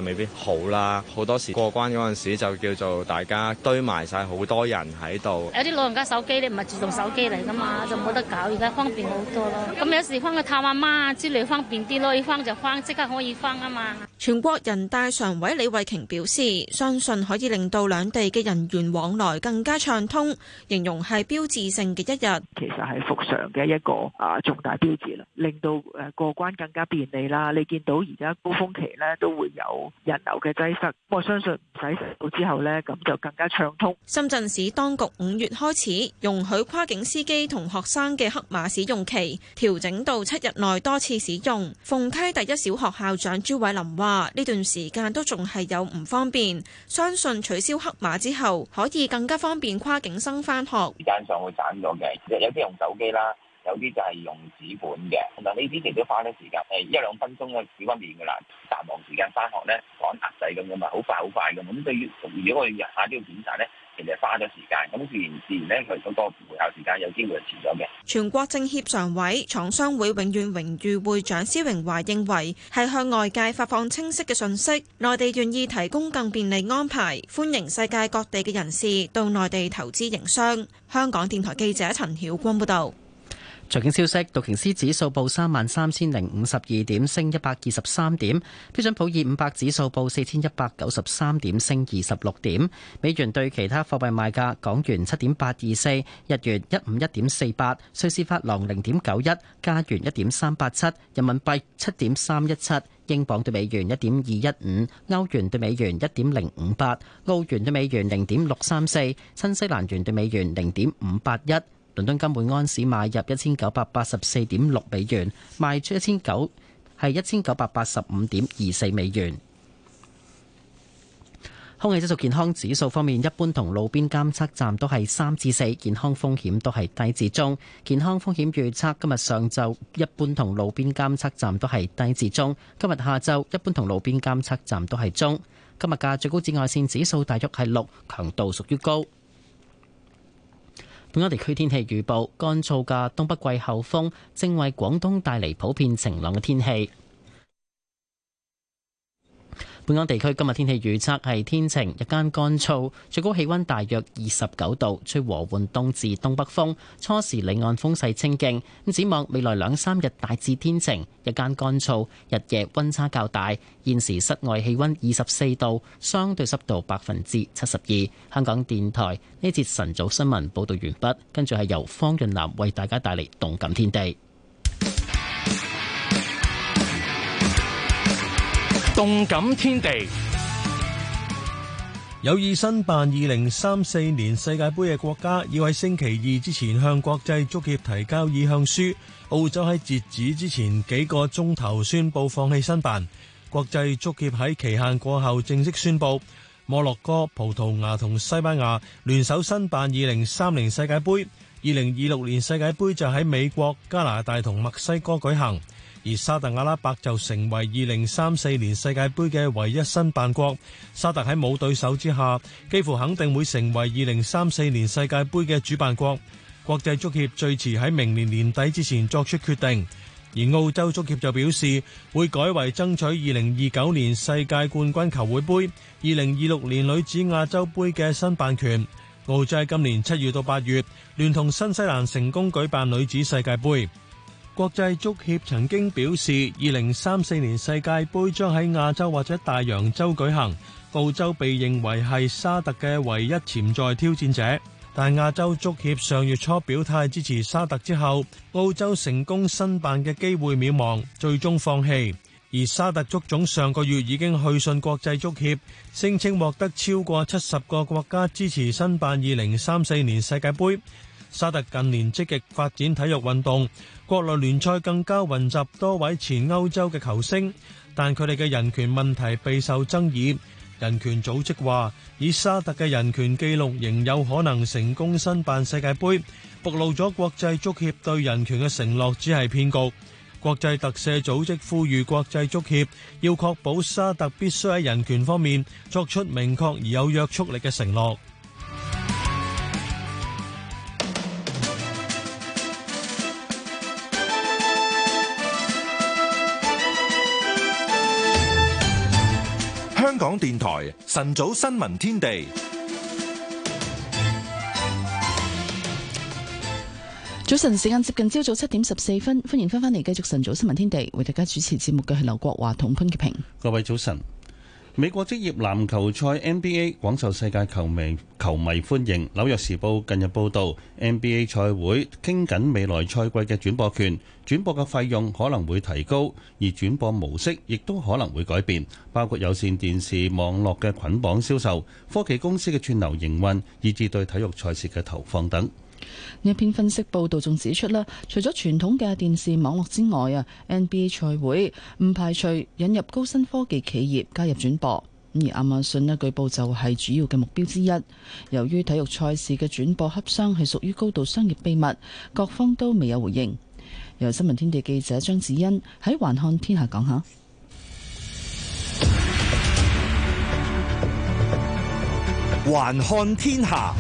未必好啦。好多時過關嗰陣時就叫做大家堆埋晒好多人喺度。 有啲老人家手機咧唔係自動手機嚟㗎嘛，就冇得搞，而家方便好多咯。咁有時翻去探阿媽之類方便啲咯，要翻就翻，即刻可以翻啊嘛。 全國人大常委李慧瓊表示，相信可以令到兩地嘅人員往來更加暢通，形容係標誌性嘅一日。 其實係復常嘅一個重大標誌啦，令到過關更加便利啦。你見到而家高峰期咧都會有人流嘅擠塞，我相信唔使到之後咧咁就更加暢通。 深圳市當局5月開始容許跨境司機同學生嘅黑碼使用期調整到7日內多次使用。鳳溪第一小學校長朱偉林話：呢段時間都仲係有唔方便，相信取消黑碼之後可以更加方便跨境生返學。 時間上會省咗嘅，有啲用手機啦，有啲就係用紙本嘅。咁啊，呢啲其實都花咗時間，1-2分鐘嘅少不免㗎啦。繁忙時間返學咧，趕鴨仔咁樣嘛，好快咁。咁對於如果我日下都要檢查咧，其實花咗時間，咁自然咧佢嗰個回校時間有機會係遲咗嘅。 全國政協常委、廠商會永遠榮譽會長施榮華認為係向外界發放清晰嘅訊息，內地願意提供更便利安排，歡迎世界各地嘅人士到內地投資營商。香港電台記者陳曉君報導。 財經消息，道瓊斯指數報33,052點，升123點；標準普爾500指數報4,193點，升26點。美元對其他貨幣賣價：港元7.824，日元151.48，瑞士法郎0.91，加元1.387，人民幣7.317。英鎊對美元1.215，歐元對美元1.058，澳元對美元0.634，新西蘭元對美元0.581。倫敦金每安士買入1984.6美元，賣出1985.24美元。空氣質素健康指數方面，一般同路邊監測站都係3至4，健康風險都係低至中。健康風險預測今日上晝一般同路邊監測站都係低至中，今日下晝一般同路邊監測站都係中。今日嘅最高紫外線指數大約係6，強度屬於高。本港地區天氣預報，乾燥嘅東北季候風正為廣東帶嚟普遍晴朗嘅天氣。本港地區今日天氣預測係天晴，日間乾燥，最高氣溫大約29度，吹和緩東至東北風，初時離岸風勢清勁。咁展望未來2-3日大致天晴，日間乾燥，日夜溫差較大。現時室外氣溫24度，相對濕度72%。香港電台呢節晨早新聞報道完畢，跟住係由方潤南為大家帶嚟動感天地。 動感天地，有意申辦2034年世界盃嘅國家要喺星期2之前向國際足協提交意向書。澳洲喺截止之前幾個鐘頭宣布放棄申辦，國際足協喺期限過後正式宣布，摩洛哥、葡萄牙同西班牙聯手申辦2030世界盃，2026年世界盃就喺美國、加拿大同墨西哥舉行。而沙特阿拉伯就成為2034年世界盃嘅唯一申辦國。沙特喺冇對手之下，幾乎肯定會成為2034年世界盃嘅主辦國。國際足協最遲喺明年年底之前作出決定。而澳洲足協就表示會改為爭取2029年世界冠軍球會盃、2026年女子亞洲盃嘅申辦權。澳洲喺今年7月到8月聯同新西蘭成功舉辦女子世界盃。國際足協曾經表示，2034年世界盃將喺亞洲或者大洋洲舉行。澳洲被認為係沙特嘅唯一潛在挑戰者，但亞洲足協上月初表態支持沙特之後，澳洲成功申辦嘅機會渺茫，最終放棄。而沙特足總上個月已經去信國際足協，聲稱獲得超過70個國家支持申辦2034年世界盃。沙特近年積極發展體育運動，國內聯賽更加雲集多位前歐洲嘅球星，但佢哋嘅人權問題備受爭議。人權組織話，以沙特嘅人權記錄仍有可能成功申辦世界盃，暴露咗國際足協對人權嘅承諾只係騙局。國際特赦組織呼籲國際足協要確保沙特必須喺人權方面作出明確而有約束力嘅承諾。 港電台晨早新聞天地。 早晨時間接近朝早7:14，歡迎翻返嚟繼續晨早新聞天地，為大家主持節目嘅係劉國華同潘潔平。 各位早晨。美國職業籃球賽 NBA 廣受世界球迷歡迎。紐約時報近日報道 ，NBA 賽會傾緊未來賽季嘅轉播權，轉播嘅費用可能會提高，而轉播模式亦都可能會改變，包括有線電視網絡嘅捆綁銷售、科技公司嘅串流營運，以至對體育賽事嘅投放等。 呢一篇分析報道仲指出啦，除咗傳統嘅電視網絡之外NBA 賽會唔排除引入高新科技企業加入轉播，而亞馬遜呢據報就係主要嘅目標之一。由於體育賽事嘅轉播洽商係屬於高度商業秘密，各方都未有回應。由新聞天地記者張子欣喺環看天下講下。 環看天下。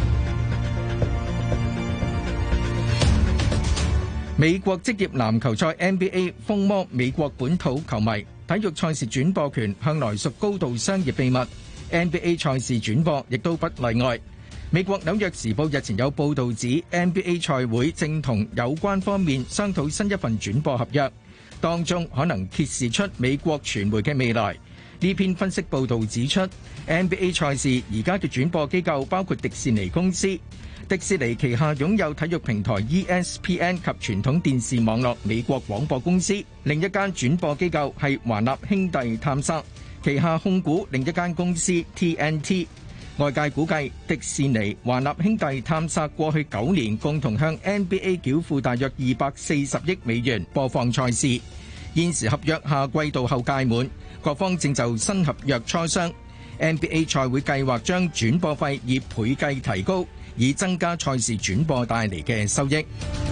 美國職業籃球賽 NBA 瘋魔美國本土球迷，體育賽事轉播權向來屬高度商業秘密 ，NBA 賽事轉播亦都不例外。美國紐約時報日前有報導指 ，NBA 賽會正同有關方面商討新一份轉播合約，當中可能揭示出美國傳媒嘅未來。呢篇分析報導指出 ，NBA 賽事而家嘅轉播機構包括迪士尼公司。迪士尼旗下擁有體育平台 ESPN 及傳統電視網絡美國廣播公司，另一間轉播機構係華納兄弟探索，旗下控股另一間公司 TNT。外界估計迪士尼、華納兄弟探索過去9年共同向 NBA 繳付大約240億美元播放賽事，現時合約下季度後屆滿，各方正就新合約磋商。NBA 賽會計劃將轉播費以倍計提高，以增加賽事轉播帶嚟嘅收益。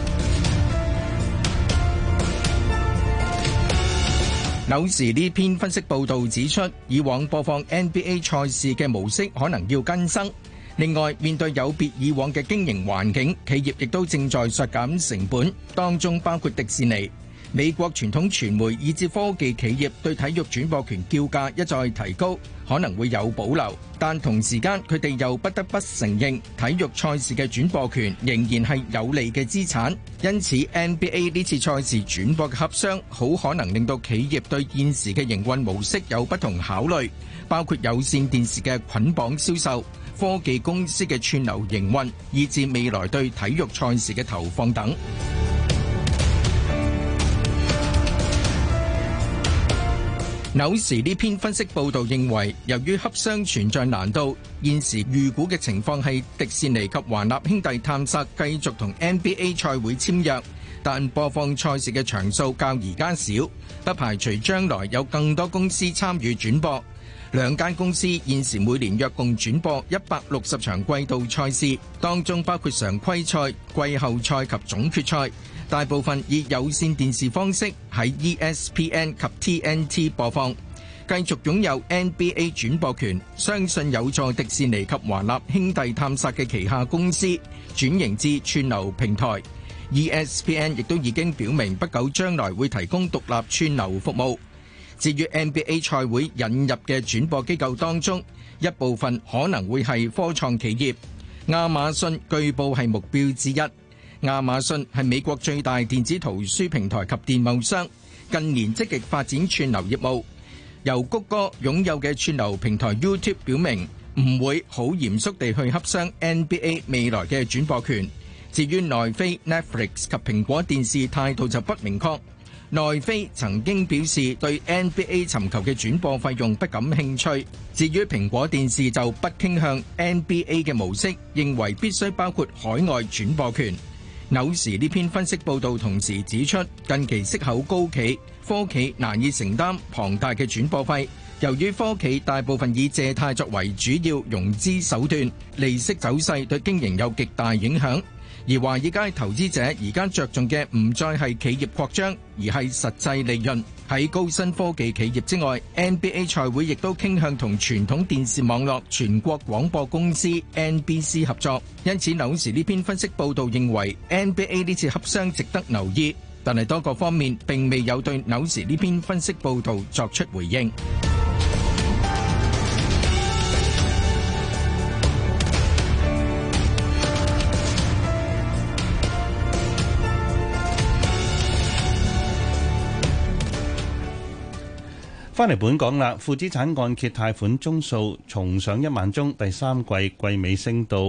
紐時呢篇分析報導指出，以往播放 NBA 賽事嘅模式可能要更新。另外，面對有別以往嘅經營環境，企業亦都正在削減成本，當中包括迪士尼。美國傳統傳媒以至科技企業對體育轉播權叫價一再提高，可能會有保留，但同時間佢哋又不得不承認體育賽事嘅轉播權仍然係有利嘅資產，因此 NBA 呢次賽事轉播嘅洽商好可能令到企業對現時嘅營運模式有不同考慮，包括有線電視嘅捆綁銷售、科技公司嘅串流營運，以至未來對體育賽事嘅投放等。紐時呢篇分析報導認為，由於洽商存在難度，現時預估嘅情況係迪士尼及華納兄弟探索繼續同 NBA 賽會簽約，但播放賽事嘅場數較而家少，不排除將來有更多公司參與轉播。兩間公司現時每年約共轉播160場季度賽事，當中包括常規賽、季後賽及總決賽。大部分以有線電視方式喺 ESPN 及 TNT 播放，繼續擁有 NBA 轉播權，相信有助迪士尼及華納兄弟探索嘅旗下公司轉型至串流平台。ESPN 亦都已經表明不久將來會提供獨立串流服務。至於 NBA 賽會引入嘅轉播機構當中，一部分可能會係科創企業，亞馬遜據報係目標之一。亞馬遜係美國最大電子圖書平台及電貿商，近年積極發展串流業務。由谷歌擁有嘅串流平台 YouTube 表明唔會好嚴肅地去洽商 NBA 未來嘅轉播權。至於奈飛、Netflix 及蘋果電視態度就不明確。奈飛曾經表示對 NBA 尋求嘅轉播費用不感興趣，至於蘋果電視就不傾向 NBA 嘅模式，認為必須包括海外轉播權。紐時呢篇分析報導同時指出，近期息口高企，科企難以承擔龐大嘅轉播費，由於科企大部分以借貸作為主要融資手段，利息走勢對經營有極大影響。而華爾街投資者而家着重嘅唔再係企業擴張，而係實際利潤。喺高新科技企業之外， NBA 賽會亦都傾向同傳統電視網絡全國廣播公司 NBC 合作。因此紐時呢篇分析報導認為 NBA 呢次洽商值得留意，但係多個方面並未有對紐時呢篇分析報導作出回應。 翻嚟本港啦，負資產按揭貸款宗數重上1萬宗，第三季季尾升到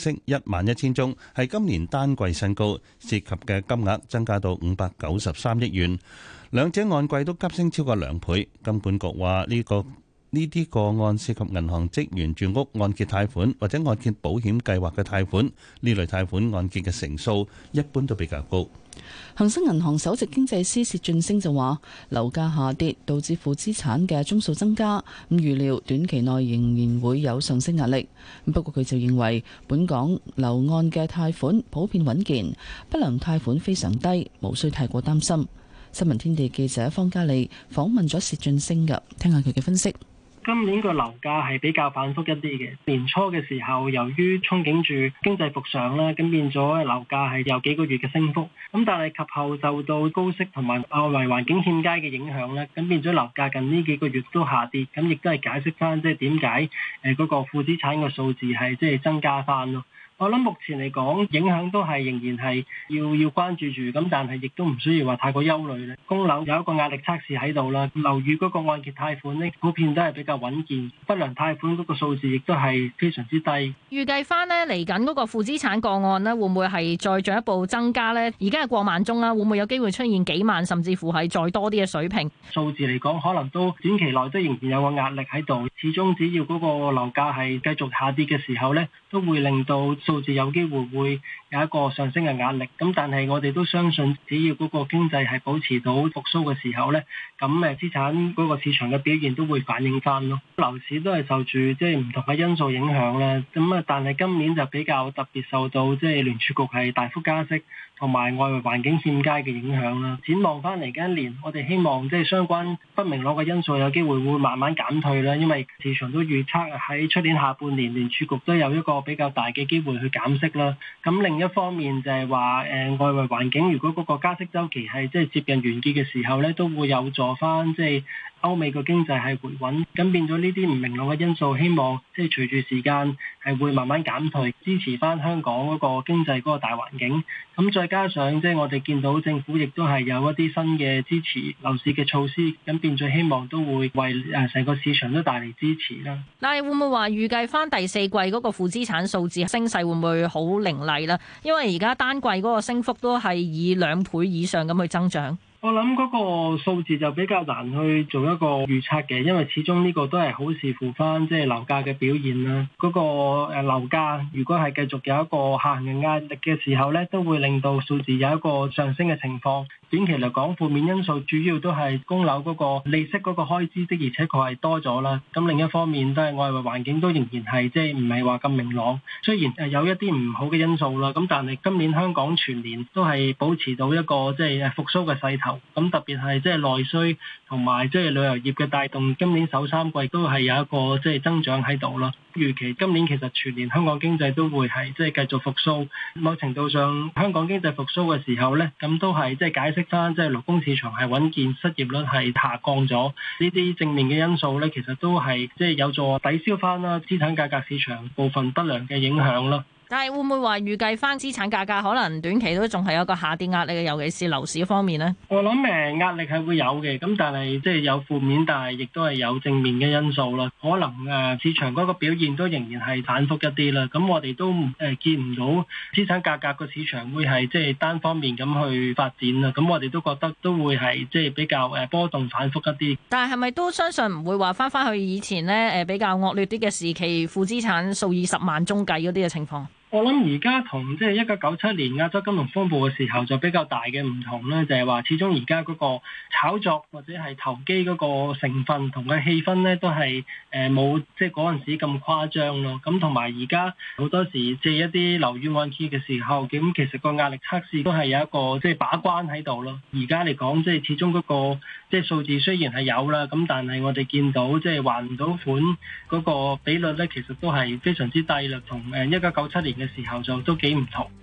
11000宗，係今年單季新高，涉及嘅金額增加到593億元，兩者按季都急升超過2倍。金管局話呢啲個案涉及銀行職員住屋按揭貸款或者按揭保險計劃嘅貸款，呢類貸款按揭嘅成數一般都比較高。 恒生銀行首席經濟師薛俊升就話，樓價下跌導致負資產嘅宗數增加，咁預料短期內仍然會有上升壓力。不過佢就認為，本港樓按嘅貸款普遍穩健，不良貸款非常低，無需太過擔心。新聞天地記者方嘉利訪問咗薛俊升㗎，聽下佢嘅分析。 今年個樓價係比較反覆一啲嘅，年初嘅時候由於憧憬住經濟復上啦，咁變咗樓價係有幾個月嘅升幅，咁但係及後受到高息同埋外圍環境欠佳嘅影響咧，咁變咗樓價近呢幾個月都下跌，咁亦都係解釋翻即係點解嗰個負資產嘅數字係即係增加翻咯。我諗目前嚟講，影響都係仍然係要關注住，咁但係亦都唔需要話太過憂慮咧。供樓有一個壓力測試喺度啦，樓宇嗰個按揭貸款呢，普遍都係比較穩健，不良貸款嗰個數字亦都係非常之低。 預計翻呢嚟緊嗰個負資產個案呢，會唔會係再進一步增加呢？而家係過萬宗啦，會唔會有機會出現幾萬，甚至乎係再多啲嘅水平？ 數字嚟講，可能都短期內都仍然有個壓力喺度。始終只要嗰個樓價係繼續下跌嘅時候呢，都會令到數字有機會有一個上升嘅壓力。咁但係我哋都相信，只要嗰個經濟係保持到復甦嘅時候呢，咁資產嗰個市場嘅表現都會反映翻咯。樓市都係受住即係唔同嘅因素影響啦。咁但係今年就比較特別受到即係聯儲局係大幅加息同埋外圍環境欠佳嘅影響啦。展望翻嚟嘅一年，我哋希望即係相關不明朗嘅因素有機會會慢慢減退啦。因為市場都預測喺出年下半年聯儲局都有一個比較大嘅機會去減息啦。咁另一方面就係話外圍環境如果嗰個加息週期係即係接近完結嘅時候咧，都會有助翻即係歐美個經濟係回穩。咁變咗呢啲唔明朗嘅因素，希望即係隨住時間係會慢慢減退，支持翻香港嗰個經濟嗰個大環境。咁再加上即係我哋見到政府亦都係有一啲新嘅支持樓市嘅措施，咁變咗希望都會為成個市場都帶嚟支持啦。 但係會唔會話預計翻第四季嗰個負資產數字升勢會唔會好凌厲啦？因為而家單季嗰個升幅都係以2倍以上咁去增長。 我諗嗰個數字就比較難去做一個預測嘅，因為始終呢個都係好視乎翻即係樓價嘅表現啦。嗰個樓價如果係繼續有一個下行嘅壓力嘅時候咧，都會令到數字有一個上升嘅情況。短期嚟講，負面因素主要都係供樓嗰個利息嗰個開支的，而且確係多咗啦。咁另一方面都係外圍環境都仍然係即係唔係話咁明朗。雖然有一啲唔好嘅因素啦，咁但係今年香港全年都係保持到一個即係復甦嘅勢頭。咁特別係即係內需同埋即係旅遊業嘅帶動，今年首3季都係有一個即係增長喺度啦。預期今年其實全年香港經濟都會係即係繼續復甦。某程度上，香港經濟復甦嘅時候呢，咁都係即係解釋翻即係勞工市場係穩健，失業率係下降咗。呢啲正面嘅因素呢，其實都係即係有助抵消翻啦資產價格市場部分不良嘅影響啦。 但係會唔會話預計翻資產價格可能短期都仲係有個下跌壓力嘅，尤其是樓市方面呢？ 我諗壓力係會有嘅，咁但係即係有負面，但係亦都係有正面嘅因素啦。可能市場嗰個表現都仍然係反覆一啲啦。咁我哋都見唔到資產價格個市場會係即係單方面咁去發展啦。咁我哋都覺得都會係即係比較波動反覆一啲。 但係係咪都相信唔會話翻去以前呢比較惡劣啲嘅時期，負資產數以10萬宗計嗰啲嘅情況？ 我諗而家同即係1997年亞洲金融風暴嘅時候就比較大嘅唔同咧，就係話始終而家嗰個炒作或者係投機嗰個成分同嘅氣氛咧，都係冇即係嗰陣時咁誇張咯。咁同埋而家好多時借一啲樓宇按揭嘅時候，咁其實個壓力測試都係有一個即係把關喺度咯。而家嚟講，即係始終嗰個即係數字雖然係有啦，咁但係我哋見到即係還唔到款嗰個比率咧，其實都係非常之低啦，同1997年嘅時候就都幾唔同。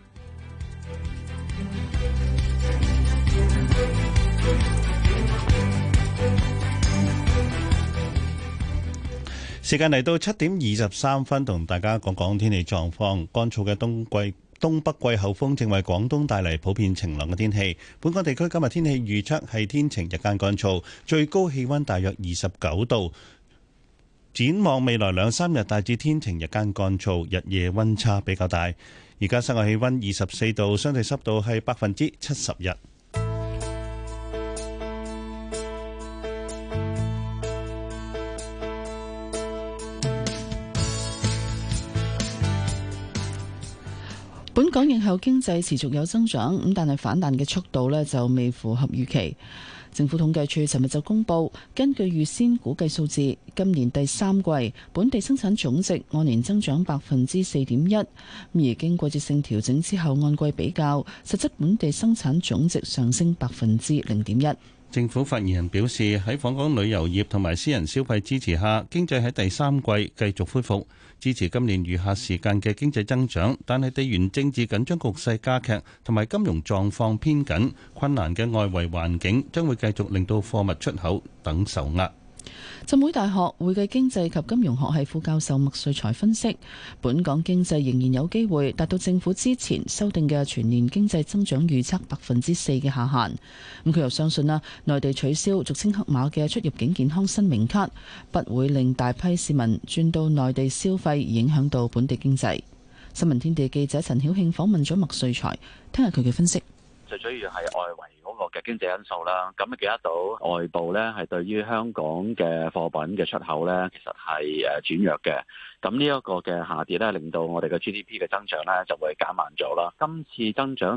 時間嚟到7點23分，同大家講講天氣狀況。乾燥嘅冬季東北季候風正為廣東帶嚟普遍晴朗嘅天氣。本港地區今日天氣預測係天晴，日間乾燥，最高氣溫大約29度。展望未來2-3日大致天晴，日間乾燥，日夜溫差比較大。而家室外氣溫24度，相對濕度係71%。 本港疫後經濟持續有增長，咁但係反彈嘅速度呢就未符合預期。政府統計處尋日就公布，根據預先估計數字，今年第3季本地生產總值按年增長4.1%，而經季節性調整之後，按季比較，實質本地生產總值上升0.1%。 政府發言人表示，喺訪港旅遊業同埋私人消費支持下，經濟喺第3季繼續恢復，支持今年餘下時間嘅經濟增長。但係地緣政治緊張局勢加劇同埋金融狀況偏緊，困難嘅外圍環境將會繼續令到貨物出口等受壓。 浸會大學會計經濟及金融學系副教授麥瑞才分析，本港經濟仍然有機會達到政府之前修訂嘅全年經濟增長預測4%嘅下限。咁佢又相信啦，內地取消俗稱黑碼嘅出入境健康申明卡，不會令大批市民轉到內地消費，影響到本地經濟。新聞天地記者陳曉慶訪問咗麥瑞才，聽下佢嘅分析。 最主要係外圍嗰個嘅經濟因素啦，咁見得到外部咧係對於香港嘅貨品嘅出口咧，其實係轉弱嘅。咁呢一個嘅下跌咧，令到我哋嘅 GDP 嘅增長咧就會減慢咗啦。今次增長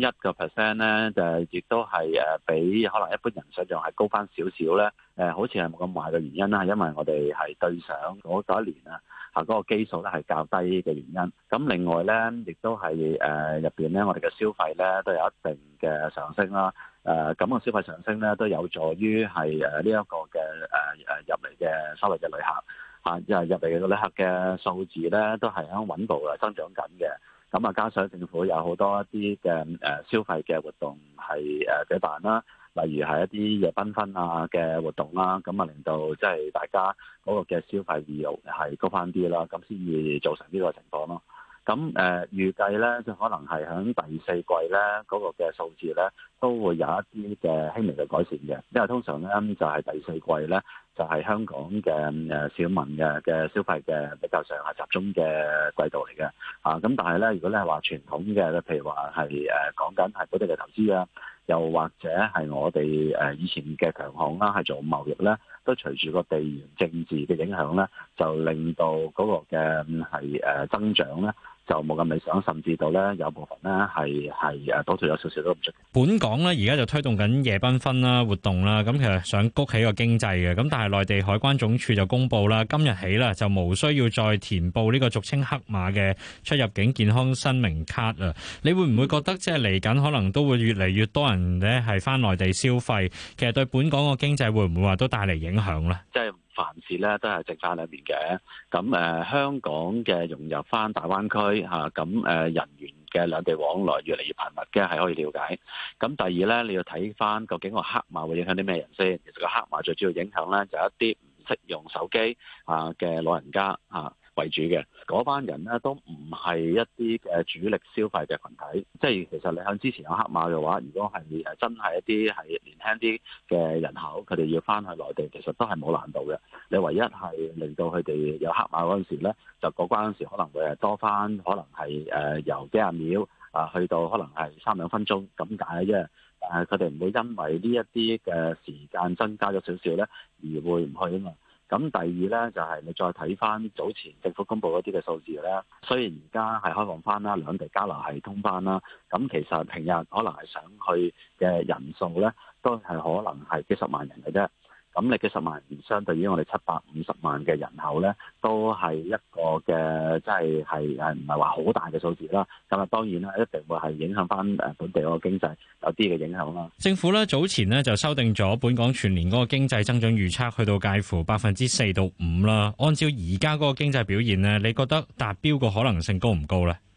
4.1% 咧，就亦都係比可能一般人想象係高翻少少咧。好似係冇咁壞嘅原因啦，因為我哋係對上嗰一年啊，嗰個基數咧係較低嘅原因。咁另外咧，亦都係入邊咧，我哋嘅消費咧都有一定嘅上升啦。咁個消費上升咧，都有助於係呢一個嘅入嚟嘅所謂嘅旅客。入嚟嘅旅客嘅數字咧，都係喺穩步嘅增長緊嘅。咁啊，加上政府有好多一啲嘅消費嘅活動係舉辦啦，例如係一啲夜繽紛啊嘅活動啦，咁啊令到即係大家嗰個嘅消費意欲係高翻啲啦，咁先至造成呢個情況咯。咁預計咧，就可能係喺第4季咧嗰個嘅數字咧，都會有一啲嘅輕微嘅改善嘅，因為通常咧就係第4季咧就係香港嘅小民嘅消費嘅比較上係集中嘅季度嚟嘅。咁但係咧，如果你係話傳統嘅，譬如話係講緊係本地嘅投資啊，又或者係我哋以前嘅強項啦，係做貿易咧，都隨住個地緣政治嘅影響咧，就令到嗰個嘅係增長咧，就冇咁理想，甚至到咧有部分咧係倒退咗少少都唔出奇。 本港咧而家就推動緊夜繽紛啦活動啦，咁其實想谷起個經濟嘅，咁但係內地海關總署就公布啦，今日起啦就無需要再填報呢個俗稱黑碼嘅出入境健康申明卡啊！你會唔會覺得即係嚟緊可能都會越嚟越多人咧係返內地消費，其實對本港個經濟會唔會話都帶嚟影響咧？ 即係凡事咧都係正反兩面嘅。咁香港嘅融入翻大灣區嚇，咁人員嘅兩地往來越嚟越頻密嘅係可以了解。咁第二咧，你要睇翻究竟個黑碼會影響啲咩人先？其實個黑碼最主要影響咧就係一啲唔識用手機嘅老人家為主嘅嗰班人咧，都唔係一啲嘅主力消費嘅群體。即係其實你響之前有黑碼嘅話，如果係真係一啲係年輕啲嘅人口，佢哋要翻去內地，其實都係冇難度嘅。你唯一係令到佢哋有黑碼嗰陣時咧，就過關嗰陣時可能會係多翻，可能係由幾廿秒去到可能係3-2分鐘咁解啫。但係佢哋唔會因為呢一啲嘅時間增加咗少少咧，而會唔去啊嘛。咁第二咧就係你再睇翻早前政府公布嗰啲嘅數字咧，雖然而家係開放翻啦，兩地交流係通翻啦，咁其實平日可能係想去嘅人數咧，都係可能係幾十萬人嘅啫。咁你幾十萬人相對於我哋750萬嘅人口咧，都係一個嘅即係唔係話好大嘅數字啦。咁啊當然啦，一定會係影響翻本地嗰個經濟有啲嘅影響啦。 政府咧早前咧就修訂咗本港全年嗰個經濟增長預測，去到介乎4%到5%啦。按照而家嗰個經濟表現咧，你覺得達標個可能性高唔高咧？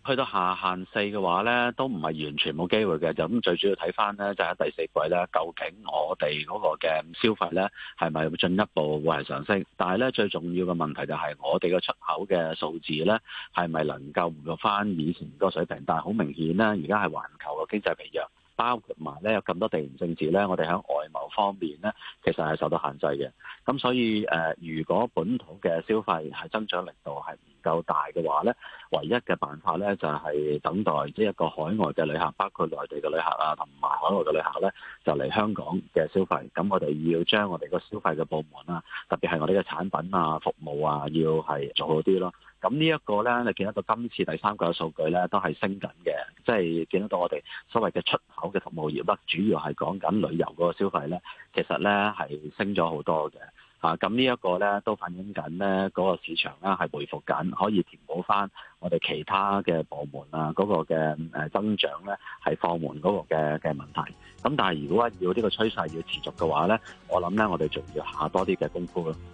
去到下限4嘅話咧，都唔係完全冇機會嘅。就咁最主要睇翻咧，就喺第四季咧，究竟我哋嗰個嘅消費咧係咪會進一步會係上升？但係咧最重要嘅問題就係我哋嘅出口嘅數字咧係咪能夠回復翻以前嗰個水平？但係好明顯咧，而家係環球嘅經濟疲弱。包括埋咧有咁多地緣政治咧，我哋喺外貿方面咧，其實係受到限制嘅。咁所以如果本土嘅消費係增長力度係唔夠大嘅話咧，唯一嘅辦法咧就係等待一個海外嘅旅客，包括內地嘅旅客啊，同埋海外嘅旅客咧，就嚟香港嘅消費。咁我哋要將我哋個消費嘅部門啊，特別係我哋嘅產品啊、服務啊，要係做好啲咯。咁呢一個咧，你見得到今次第三季嘅數據咧，都係升緊嘅，即係見得到我哋所謂嘅出口嘅服務業啦，主要係講緊旅遊嗰個消費咧，其實咧係升咗好多嘅。咁呢一個咧都反映緊咧嗰個市場咧係回復緊，可以填補翻我哋其他嘅部門啊嗰個嘅增長咧係放緩嗰個嘅問題。咁但係如果要呢個趨勢要持續嘅話咧，我諗咧我哋仲要下多啲嘅功夫咯。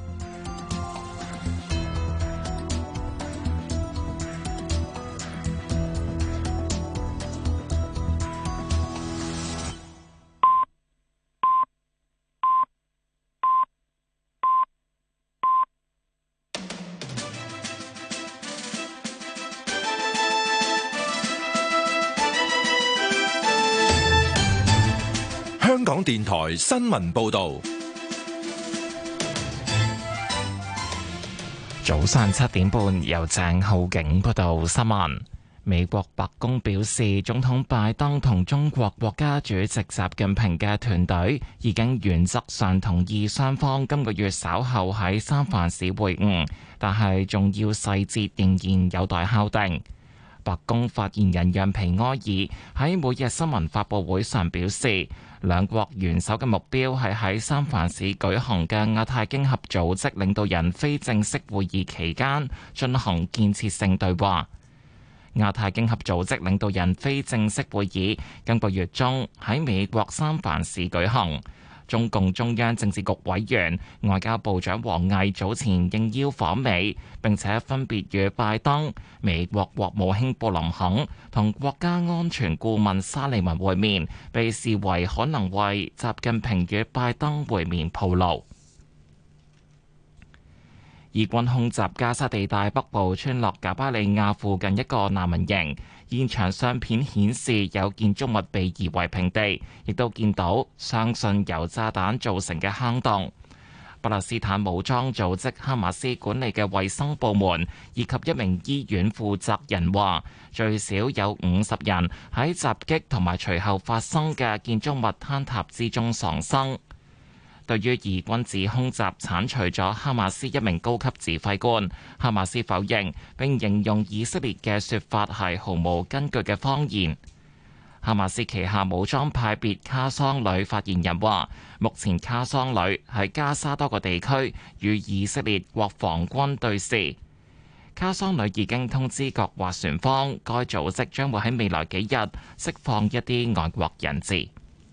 香港電台新聞報道， 早上7點半由鄭浩景報道新聞。美國白宮表示，總統拜登同中國國家主席習近平嘅團隊已經原則上同意雙方今個月稍後喺三藩市會晤，但係重要細節仍然有待敲定。白宮發言人讓皮埃爾喺每日新聞發佈會上表示，兩國元首嘅目標係喺三藩市舉行嘅亞太經合組織領導人非正式會議期間進行建設性對話。亞太經合組織領導人非正式會議今個月中喺美國三藩市舉行。中共中央政治局委員、外交部長王毅早前應邀訪美，並且分別與拜登、美國國務卿布林肯同國家安全顧問沙利文會面，被視為可能為習近平與拜登會面鋪路。以軍空襲加沙地帶北部村落賈巴利亞附近一個難民營，現場相片顯示有建築物被夷為平地，亦都見到相信由炸彈造成嘅坑洞。巴勒斯坦武裝組織哈馬斯管理嘅衛生部門以及一名醫院負責人話，最少有50人喺襲擊同埋隨後發生嘅建築物坍塌之中喪生。對於以軍指空襲剷除咗哈馬斯一名高級指揮官，哈馬斯否認，並形容以色列嘅說法係毫無根據嘅謊言。哈馬斯旗下武裝派別卡桑旅發言人話，目前卡桑旅喺加沙多個地區與以色列國防軍對峙。卡桑旅已經通知各斡旋方，該組織將會喺未來幾日釋放一啲外國人質。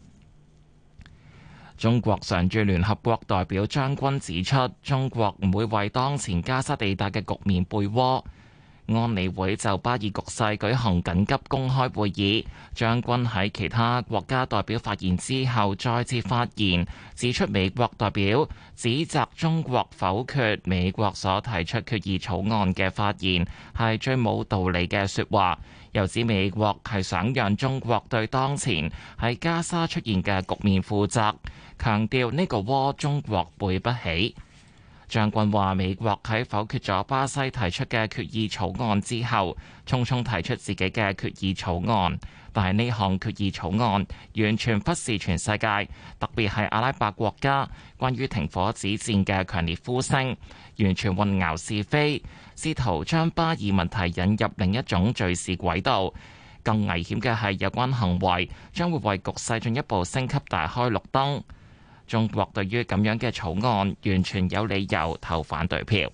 中國常駐聯合國代表張軍指出，中國唔會為當前加沙地帶嘅局面背鍋。安理會就巴以局勢舉行緊急公開會議，張軍喺其他國家代表發言之後再次發言，指出美國代表指責中國否決美國所提出決議草案嘅發言係最冇道理嘅說話，又指美國係想讓中國對當前喺加沙出現嘅局面負責，強調呢個鍋中國背不起。張軍話：美國喺否決咗巴西提出嘅決議草案之後，匆匆提出自己嘅決議草案，但係呢項決議草案完全忽視全世界，特別係阿拉伯國家關於停火止戰嘅強烈呼聲，完全混淆是非，試圖將巴以問題引入另一種敘事軌道。更危險嘅係有關行為將會為局勢進一步升級大開綠燈。中國對於咁樣嘅草案完全有理由投反對票。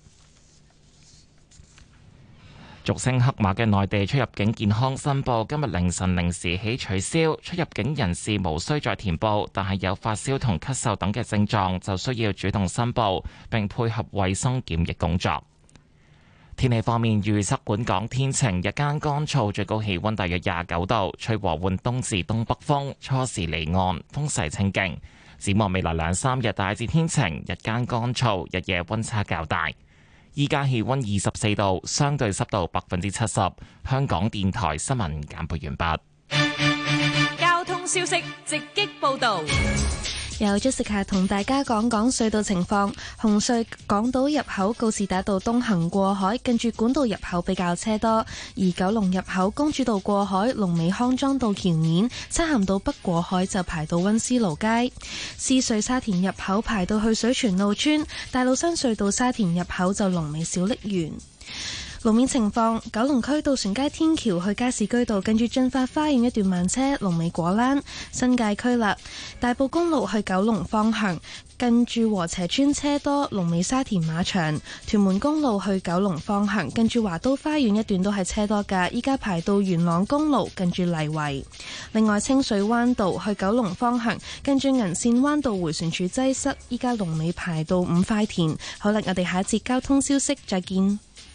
俗稱黑碼嘅內地出入境健康申報今日凌晨0時起取消，出入境人士無需再填報，但係有發燒同咳嗽等嘅症狀就需要主動申報並配合衛生檢疫工作。 天氣方面預測，本港天晴，日間乾燥，最高氣溫大約29度，吹和緩東至東北風，初時離岸，風勢清勁。展望未來2-3日大致天晴，日間乾燥，日夜溫差較大。依家氣溫24度，相對濕度70%。香港電台新聞簡報完畢。 交通消息直擊報道。 由 Jessica 同大家講講隧道情況。紅隧港島入口告士打道東行過海，近住管道入口比較車多；而九龍入口公主道過海、龍尾康莊道橋面、漆咸道北過海就排到溫思勞街。獅隧沙田入口排到去水泉澳村，大老山隧道沙田入口就龍尾小瀝源。路面情況，九龍區渡船街天橋去加士居道近住進發花園一段慢車，龍尾果欄。新界區啦，大埔公路去九龍方向近住禾輋邨車多，龍尾沙田馬場。屯門公路去九龍方向近住華都花園一段都係車多㗎，依家排到元朗公路近住麗圍。另外清水灣道去九龍方向近住銀線灣道迴旋處擠塞，依家龍尾排到五塊田。好啦，我哋下一節交通消息再見。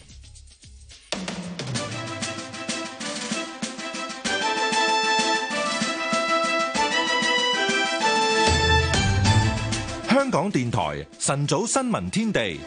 香港電台晨早新聞天地，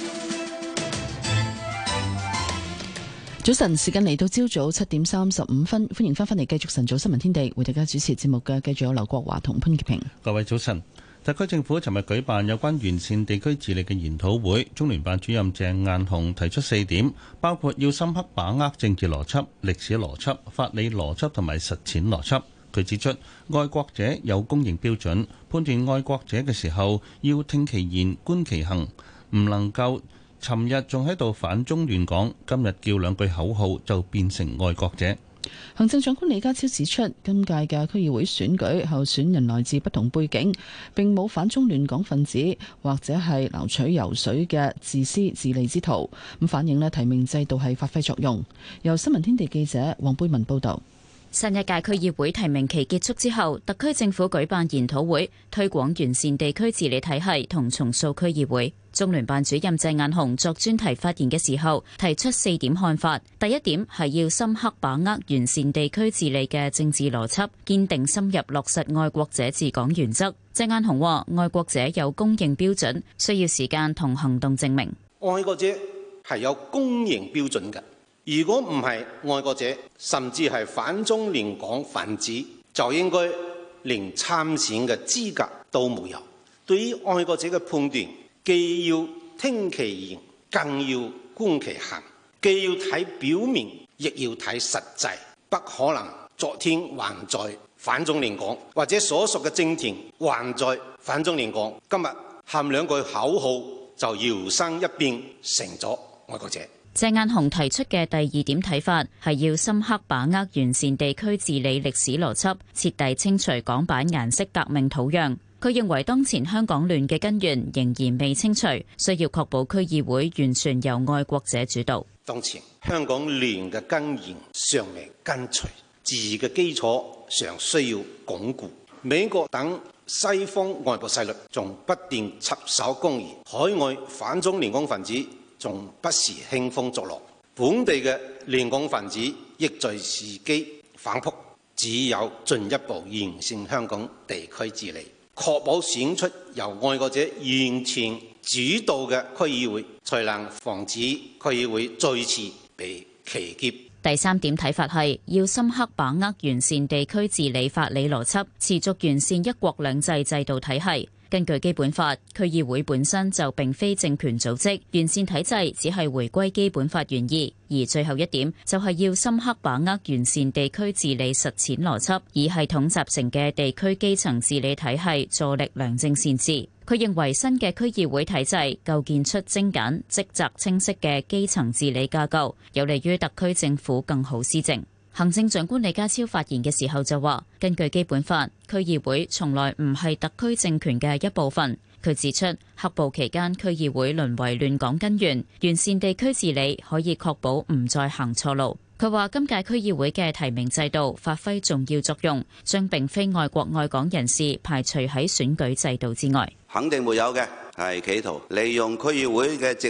早晨時間嚟到朝早7點35分，歡迎翻嚟繼續晨早新聞天地，為大家主持節目嘅繼續有劉國華同潘潔平。 各位早晨。特區政府尋日舉辦有關完善地區治理嘅研討會，中聯辦主任鄭雁雄提出4點，包括要深刻把握政治邏輯、歷史邏輯、法理邏輯同埋實踐邏輯。佢指出，愛國者有公認標準，判斷愛國者嘅時候要聽其言、觀其行，唔能夠尋日仲喺度反中亂港，今日叫兩句口號就變成愛國者。 行政長官李家超指出，今屆嘅區議會選舉候選人來自不同背景，並冇反中亂港分子或者係撈取油水嘅自私自利之徒，咁反映提名制度係發揮作用。由新聞天地記者黃貝文報道。 新一屆區議會提名期結束之後，特區政府舉辦研討會，推廣完善地區治理體系同重塑區議會。中聯辦主任鄭雁雄作專題發言嘅時候，提出4點看法。第一點係要深刻把握完善地區治理嘅政治邏輯，堅定深入落實愛國者治港原則。鄭雁雄話：愛國者有公認標準，需要時間同行動證明。 愛國者係有公認標準嘅。如果唔係愛國者，甚至係反中亂港分子，就應該連參選嘅資格都冇有。對於愛國者嘅判斷，既要聽其言，更要觀其行；既要睇表面，亦要睇實際。不可能昨天還在反中亂港，或者所屬嘅政團還在反中亂港，今日喊兩句口號就搖身一變成咗愛國者。 鄭雁雄提出嘅第2點睇法係要深刻把握完善地區治理歷史邏輯，徹底清除港版顏色革命土壤。佢認為當前香港亂嘅根源仍然未清除，需要確保區議會完全由愛國者主導。 當前香港亂嘅根源尚未根除，治嘅基礎上需要鞏固。美國等西方外部勢力仲不斷插手干預，海外反中亂港分子仲不時興風作浪，本地嘅亂港分子亦在伺機反撲。只有進一步完善香港地區治理，確保選出由愛國者完全主導嘅區議會，才能防止區議會再次被騎劫。 第3點睇法係要深刻把握完善地區治理法理邏輯，持續完善一國兩制制度體系。根據基本法，區議會本身就並非政權組織，完善體制只係回歸基本法原意。而最後一點就係要深刻把握完善地區治理實踐邏輯，以系統集成嘅地區基層治理體系助力良政善治。佢認為新嘅區議會體制構建出精簡、職責清晰嘅基層治理架構，有利於特區政府更好施政。行政長官李家超發言嘅時候就話，根據基本法，區議會從來唔係特區政權嘅一部分。佢指出，黑暴期間區議會淪為亂港根源，完善地區治理可以確保唔再行錯路。佢話今屆區議會嘅提名制度發揮重要作用，將並非愛國愛港人士排除喺選舉制度之外。 肯定沒有嘅係企圖利用區議會嘅席位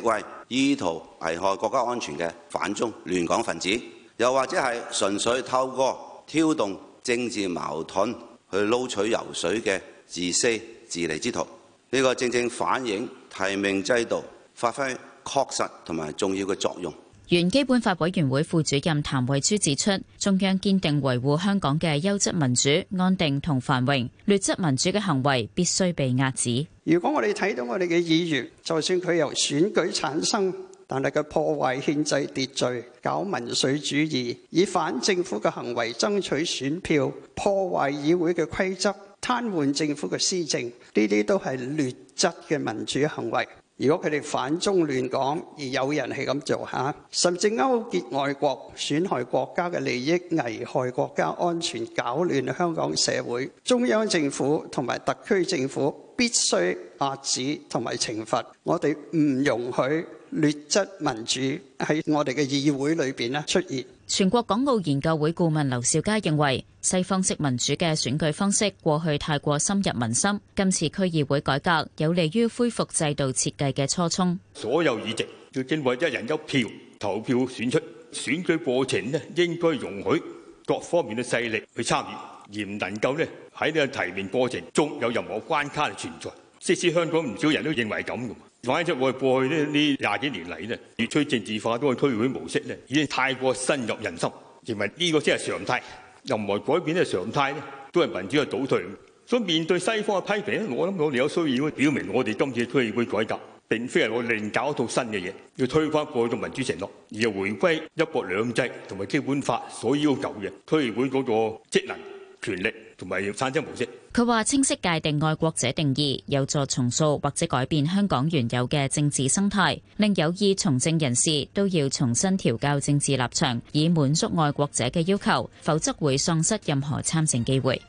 意圖危害國家安全嘅反中亂港分子，又或者係純粹透過挑動政治矛盾去撈取油水嘅自私自利之徒。呢個正正反映提名制度發揮確實同埋重要嘅作用。 原基本法委員會副主任譚惠珠指出，中央堅定維護香港嘅優質民主、安定同繁榮，劣質民主嘅行為必須被遏止。 如果我哋睇到我哋嘅議員，就算佢由選舉產生，但係佢破壞憲制秩序、搞民粹主義、以反政府嘅行為爭取選票、破壞議會嘅規則、癱瘓政府嘅施政，呢啲都係劣質嘅民主行為。如果佢哋反中亂港，而有人係咁做下，甚至勾結外國，損害國家嘅利益，危害國家安全，搞亂香港社會，中央政府同埋特區政府必須遏止同埋懲罰。我哋唔容許劣質民主喺我哋嘅議會裏邊出現。 全國港澳研究會顧問劉兆佳認為，西方式民主嘅選舉方式過去太過深入民心，今次區議會改革有利於恢復制度設計嘅初衷。 所有議席要經過一人一票投票選出，選舉過程呢應該容許各方面嘅勢力去參與，而唔能夠呢喺呢個提名過程中有任何關卡嘅存在。即使香港唔少人都認為咁嘅。反映出我哋過去呢20幾年嚟呢，越趨政治化嗰個區議會模式呢，已經太過深入人心，認為呢個先係常態。任何改變嘅常態呢，都係民主嘅倒退。所以面對西方嘅批評呢，我諗我哋有需要表明我哋今次嘅區議會改革並非係我另搞一套新嘅嘢，要推翻過去嘅民主承諾，而係回歸一國兩制同埋基本法所要求嘅區議會嗰個職能、權力同埋產生模式。 佢話清晰界定愛國者定義，有助重塑或者改變香港原有嘅政治生態，令有意從政人士都要重新調校政治立場，以滿足愛國者嘅要求，否則會喪失任何參政機會。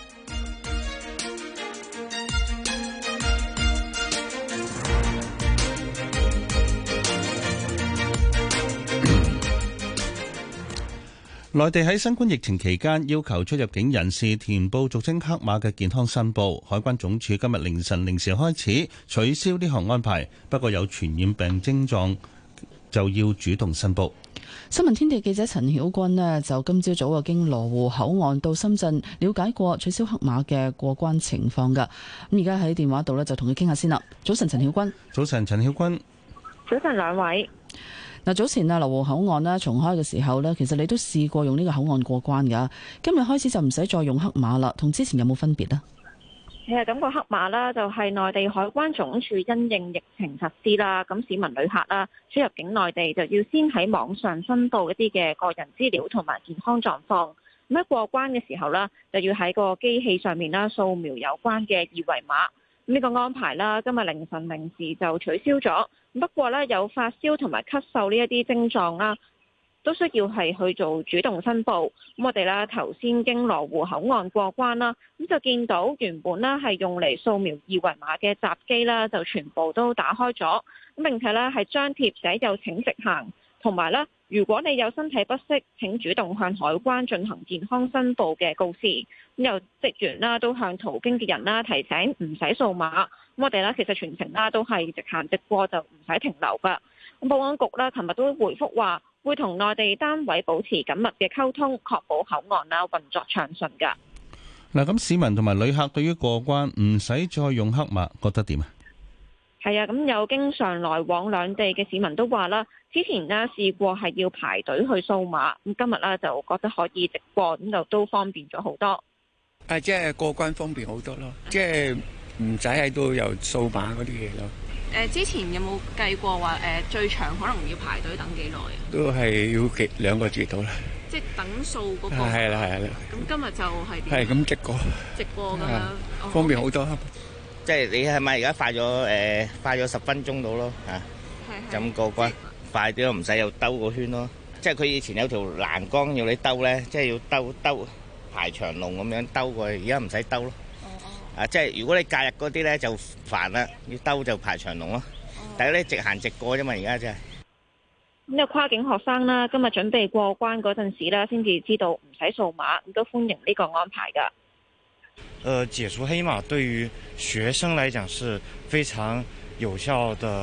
內地喺新冠疫情期間要求出入境人士填報俗稱黑碼嘅健康申報，海關總署今日凌晨0時開始取消呢項安排，不過有傳染病症狀就要主動申報。 新聞天地記者陳曉君呢就今朝早經羅湖口岸到深圳了解過取消黑碼嘅過關情況㗎，咁而家喺電話度呢就同佢傾下先啦。早晨，陳曉君。 早晨，陳曉君。 早晨，兩位。 嗱，早前羅湖口岸重開嘅時候呢，其實你都試過用呢個口岸過關㗎。今日開始就唔使再用黑碼啦，同之前有冇分別呢？ 咁個黑碼啦，就係內地海關總署因應疫情實施啦。咁市民旅客啦，出入境內地就要先喺網上申報一啲嘅個人資料同埋健康狀況。咁喺過關嘅時候啦，就要喺個機器上面啦掃描有關嘅二維碼。呢個安排啦，今日凌晨0時就取消咗。不過呢，有發燒同埋咳嗽呢一啲症狀啦，都需要係去做主動申報。咁我哋啦頭先經羅湖口岸過關啦，咁就見到原本啦係用嚟掃描二維碼嘅閘機啦，就全部都打開咗。咁並且呢係張貼寫有請直行，同埋呢如果你有身體不適，請主動向海關進行健康申報嘅告示。咁有職員啦都向途經嘅人啦提醒唔使掃碼。咁我哋啦其實全程啦都係直行直過，就唔使停留㗎。咁保安局啦琴日都回覆話，會同內地單位保持緊密嘅溝通，確保口岸啦運作暢順㗎。 嗱，咁市民同埋旅客對於過關唔使再用黑碼，覺得點啊？ 係啊，咁有經常來往兩地嘅市民都話啦，之前呢試過係要排隊去掃碼，咁今日呢就覺得可以直過，咁就都方便咗好多。 即係過關方便好多咯，即係唔使喺度又掃碼嗰啲嘢咯。 之前有冇計過話最長可能要排隊等幾耐啊？ 都係要2個字到啦。 即係等數嗰個。 係啦。 咁今日就係點？ 係咁直過咁樣，方便好多。 即係你係咪而家快咗10分鐘到咯嚇？就咁過關快啲咯，唔使又兜個圈咯。即係佢以前有條欄杆要你兜咧，即係要兜排長龍咁樣兜過去，而家唔使兜咯。即係如果你假日嗰啲咧就煩啦，要兜就排長龍咯。但係咧直行直過啫嘛，而家真係。 咁有跨境學生啦，今日準備過關嗰陣時啦，先至知道唔使掃碼，咁都歡迎呢個安排㗎。 解除黑碼對於學生來講是非常有效的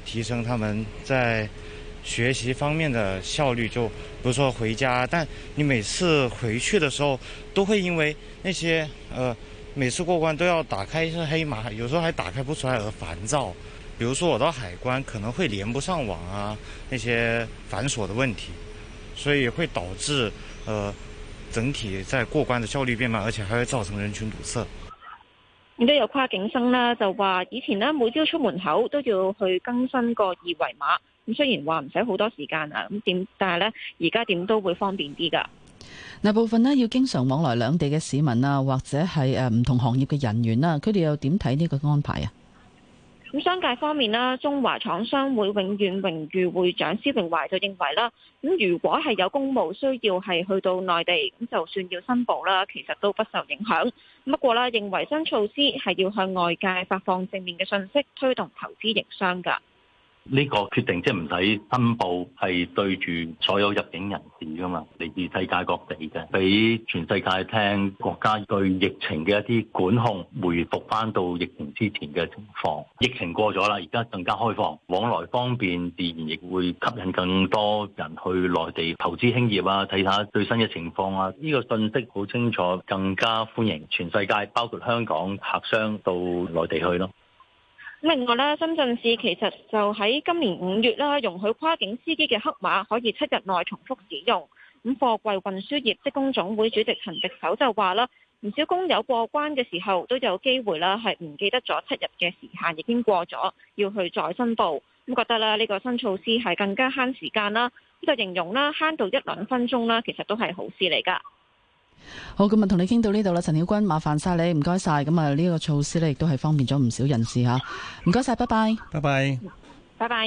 提升他們在學習方面的效率。就比如說回家，但你每次回去的時候都會因為那些每次過關都要打開一些黑碼，有時候還打開不出來而煩躁。比如說我到海關可能會連不上網啊，那些繁瑣的問題，所以會導致整體在過關的效率變慢，而且還會造成人群堵塞。 亦都有跨境生啦，就話以前呢每朝出門口都要去更新個二維碼，咁雖然話唔使好多時間啊，但係呢而家點都會方便啲㗎。 嗱，部分呢要經常往來兩地嘅市民啊，或者係唔同行業嘅人員啦，佢哋又點睇呢個安排啊？ 咁商界方面啦，中華廠商會永遠榮譽會長施榮懷就認為啦，咁如果係有公務需要係去到內地，咁就算要申報啦，其實都不受影響。不過啦，認為新措施係要向外界發放正面嘅信息，推動投資營商㗎。 呢個決定即係唔使申報，係對住所有入境人士㗎嘛，嚟自世界各地嘅，俾全世界聽國家對疫情嘅一啲管控，回復翻到疫情之前嘅情況。疫情過咗啦，而家更加開放，往來方便，自然亦會吸引更多人去內地投資興業啊，睇下最新嘅情況啊。呢個信息好清楚，更加歡迎全世界，包括香港客商到內地去咯。 另外咧，深圳市其實就喺今年5月啦，容許跨境司機嘅黑碼可以7日內重複使用。咁貨櫃運輸業職工總會主席陳迪手就話啦，唔少工友過關嘅時候都有機會啦，係唔記得咗7日嘅時限已經過咗，要去再申報。咁覺得啦，呢個新措施係更加慳時間啦，咁就形容啦，慳到1-2分鐘啦，其實都係好事嚟㗎。 好，咁啊，同你傾到呢度啦，陳曉君，麻煩晒你，唔該晒。咁啊，呢個措施呢，亦都係方便咗唔少人士吓，唔該晒，拜拜， 拜拜， 拜拜。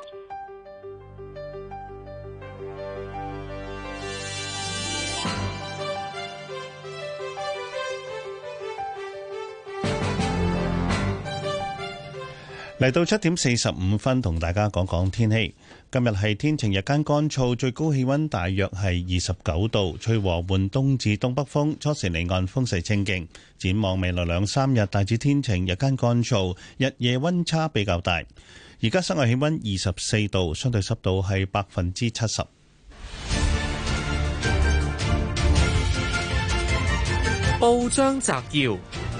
嚟到7點45分，同大家講講天氣。今日係天晴，日間乾燥，最高氣溫大約係29度，吹和緩東至東北風，初時離岸風勢清勁。展望未來2-3日，大致天晴，日間乾燥，日夜溫差比較大。而家室外氣溫24度，相對濕度係70%。 報章摘要。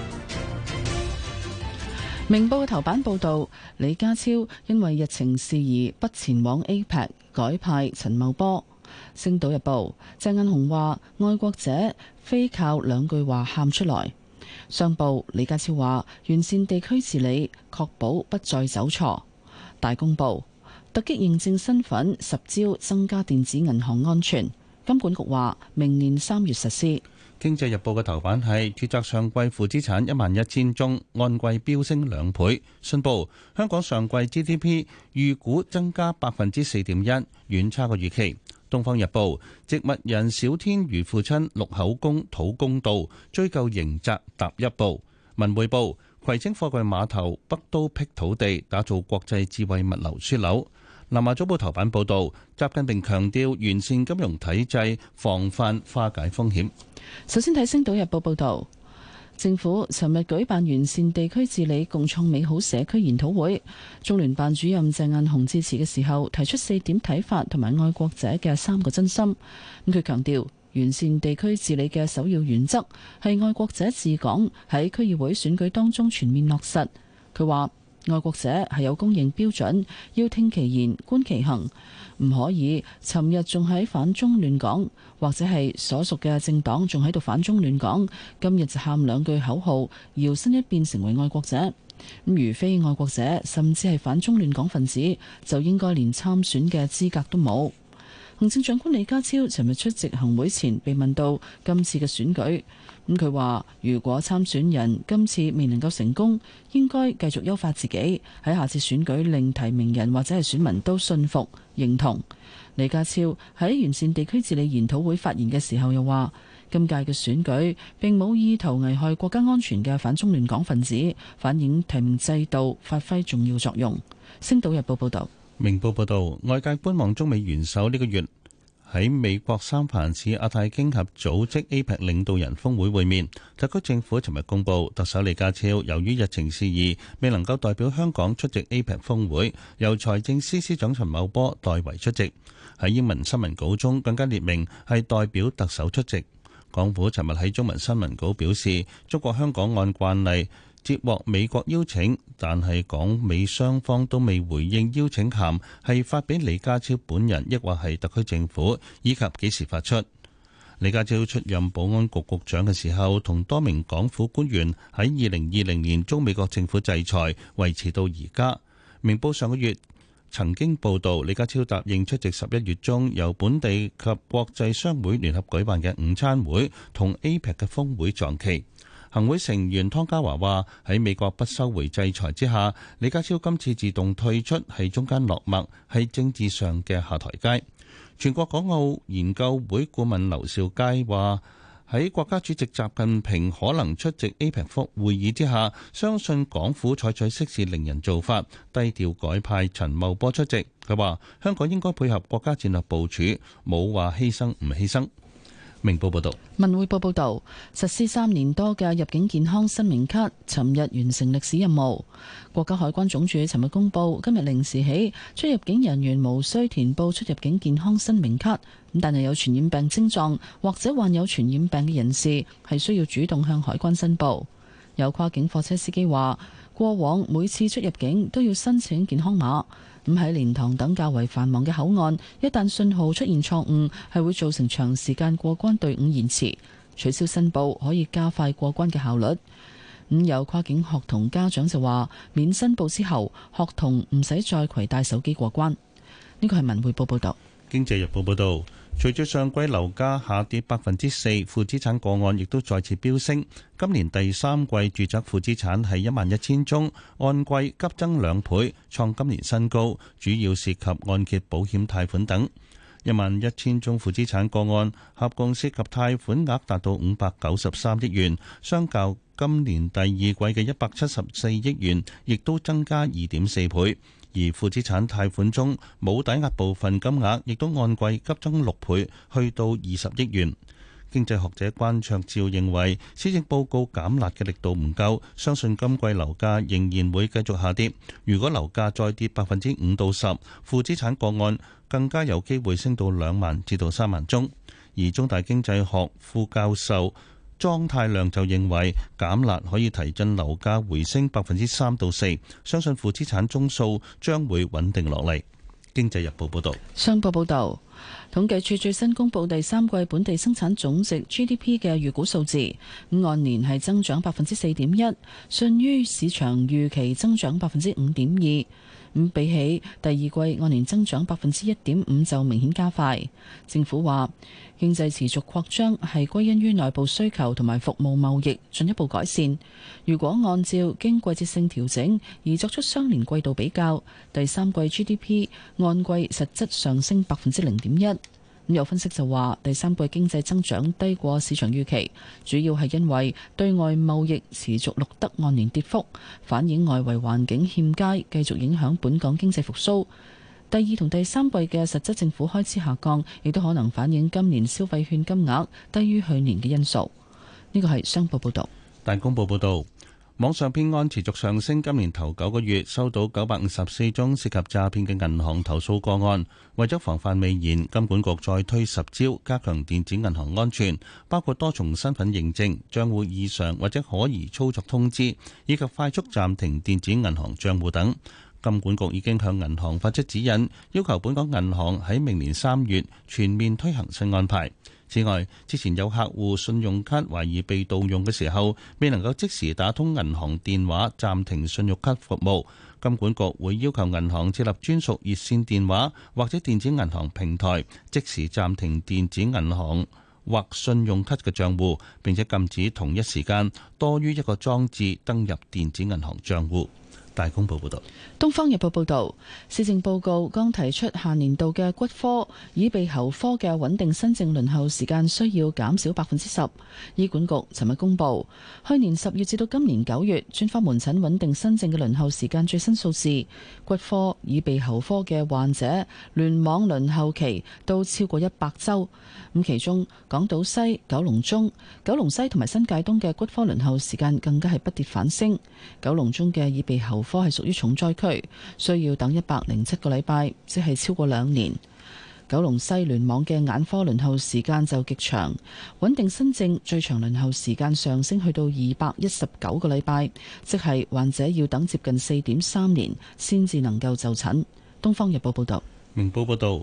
明報嘅頭版報導，李家超因為日程事宜不前往 APEC， 改派陳茂波。星島日報，鄭雁雄話愛國者非靠2句話喊出來。商報，李家超話完善地區治理，確保不再走錯。大公報，突擊認證身份10招增加電子銀行安全。金管局話明年3月實施。 經濟日報嘅頭版係住宅上季負資產11000宗，按季飆升2倍。信報，香港上季 GDP 預估增加4.1%，遠差過預期。東方日報，植物人小天魚父親錄口供討公道，追究刑責踏一步。文匯報，葵青貨櫃碼頭北都闢土地，打造國際智慧物流樞紐。南華早報頭版報導，習近平強調完善金融體制，防範化解風險。 首先睇《星島日報》報導，政府尋日舉辦完善地區治理、共創美好社區研討會，中聯辦主任鄭雁雄致辭嘅時候提出4點睇法同埋愛國者嘅3個真心。咁佢強調，完善地區治理嘅首要原則係愛國者治港喺區議會選舉當中全面落實。佢話，愛國者係有公認標準，要聽其言觀其行，唔可以尋日仲喺反中亂港，或者係所屬嘅政黨仲喺度反中亂港，今日就喊2句口號，搖身一變成為愛國者。咁如非愛國者，甚至係反中亂港分子，就應該連參選嘅資格都冇。行政長官李家超尋日出席行會前被問到今次嘅選舉，咁佢話如果參選人今次未能夠成功，應該繼續優化自己，喺下次選舉令提名人或者係選民都信服認同。李家超喺完善地區治理研討會發言嘅時候又話，今屆嘅選舉並冇意圖危害國家安全嘅反中亂港分子，反映提名制度發揮重要作用。星島日報報道。 明報報導，外界觀望中美元首呢個月喺美國三藩市亞太經合組織 APEC 領導人峰會會面。特區政府尋日公布，特首李家超由於日程事宜，未能夠代表香港出席 APEC 峰會，由財政司司長陳茂波代為出席。喺英文新聞稿中更加列明係代表特首出席。港府尋日喺中文新聞稿表示，中國香港按慣例接獲美國邀請，但係港美雙方都未回應邀請函係發俾李家超本人，抑或係特區政府，以及幾時發出。李家超出任保安局局長嘅時候，同多名港府官員喺2020年遭美國政府制裁，維持到而家。明報上個月曾經報導，李家超答應出席11月中由本地及國際商會聯合舉辦嘅午餐會同 APEC 嘅峰會撞期。行會成員湯家驊話：喺美國不收回制裁之下，李家超今次自動退出係中間落墨，係政治上嘅下台階。全國港澳研究會顧問劉兆佳話：喺國家主席習近平可能出席 APEC 會議之下，相信港府採取息事寧人做法，低調改派陳茂波出席。佢話：香港應該配合國家戰略部署，冇話犧牲唔犧牲。明報報道， 文匯報報道，實施3年多嘅入境健康申明卡，尋日完成歷史任務。國家海關總署尋日公布，今日0時起，出入境人員無需填報出入境健康申明卡，但係有傳染病症狀或者患有傳染病嘅人士，係需要主動向海關申報。有跨境貨車司機話，過往每次出入境都要申請健康碼。咁喺蓮塘等較為繁忙嘅口岸，一旦信號出現錯誤，係會造成長時間過關隊伍延遲。取消申報可以加快過關嘅效率。有跨境學童家長就話，免申報之後，學童唔使再攜帶手機過關。呢個係文匯報報道。 經濟日報報道，隨住上季樓價下跌4%，負資產個案亦都再次飆升。今年第3季住宅負資產係11000宗，按季急增2倍，創今年新高，主要涉及按揭、保險、貸款等。11000宗負資產個案，合共涉及貸款額達到593億元，相較今年第2季嘅174億元，亦都增加2.4倍。而負資產貸款中冇抵押部分金額，亦都按季急增6倍，去到20億元。經濟學者關焯照認為，施政報告減辣嘅力度唔夠，相信今季樓價仍然會繼續下跌。如果樓價再跌5%到10%，負資產個案更加有機會升到2萬至到3萬宗。而中大經濟學副教授莊太亮就認為，減辣可以提振樓價回升3%到4%，相信負資產宗數將會穩定落嚟。經濟日報報道。 商報報道，統計處最新公布第3季本地生產總值 GDP 嘅預估數字，按年係增長4.1%，遜於市場預期增長5.2%。比起第2季按年增長1.5%就明顯加快。政府話經濟持續擴張係歸因於內部需求同埋服務貿易進一步改善。如果按照經季節性調整而作出相連季度比較，第3季 GDP 按季實質上升0.1%。有分析就話，第3季經濟增長低過市場預期，主要係因為對外貿易持續錄得按年跌幅，反映外圍環境欠佳，繼續影響本港經濟復甦。第2同第3季嘅實質政府開支下降，亦都可能反映今年消費券金額低於去年嘅因素。呢個係商報報導。 大公報報導。網上騙案持續上升，今年頭9個月收到954宗涉及詐騙嘅銀行投訴個案。為咗防範未然，金管局再推10招加強電子銀行安全，包括多重身份認證、帳戶異常或者可疑操作通知，以及快速暫停電子銀行帳戶等。金管局已經向銀行發出指引，要求本港銀行喺明年3月全面推行新安排。此外，之前有客戶信用卡懷疑被盜用嘅時候，未能夠即時打通銀行電話暫停信用卡服務，金管局會要求銀行設立專屬熱線電話或者電子銀行平台，即時暫停電子銀行或信用卡嘅帳戶，並且禁止同一時間多於一個裝置登入電子銀行帳戶。 大公報報導。 《東方日報》報導，施政報告剛提出下年度嘅骨科、耳鼻喉科嘅穩定新症輪候時間需要減少10%。醫管局尋日公布，去年10月至到今年9月，專科門診穩定新症嘅輪候時間最新數字，骨科、耳鼻喉科嘅患者聯網輪候期都超過100週。咁其中，港島西、九龍中、九龍西同埋新界東嘅骨科輪候時間更加係不跌反升。九龍中嘅耳鼻喉科係屬於重災區，需要等107個禮拜，即係超過2年。九龍西聯網嘅眼科輪候時間就極長，穩定新症最長輪候時間上升去到219個禮拜，即係患者要等接近4.3年先至能夠就診。《東方日報》報道。 《明報》報道，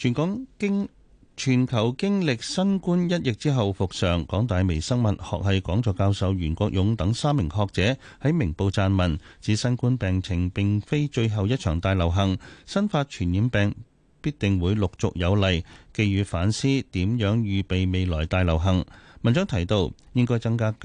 全球經歷新冠1疫之後復常，港大微生物學系講座教授袁國勇等3名學者喺明報撰文，指新冠病情並非最後一場大流行，新發傳染病必定會陸續有嚟，寄予反思點樣預備未來大流行。文章提到，應該增加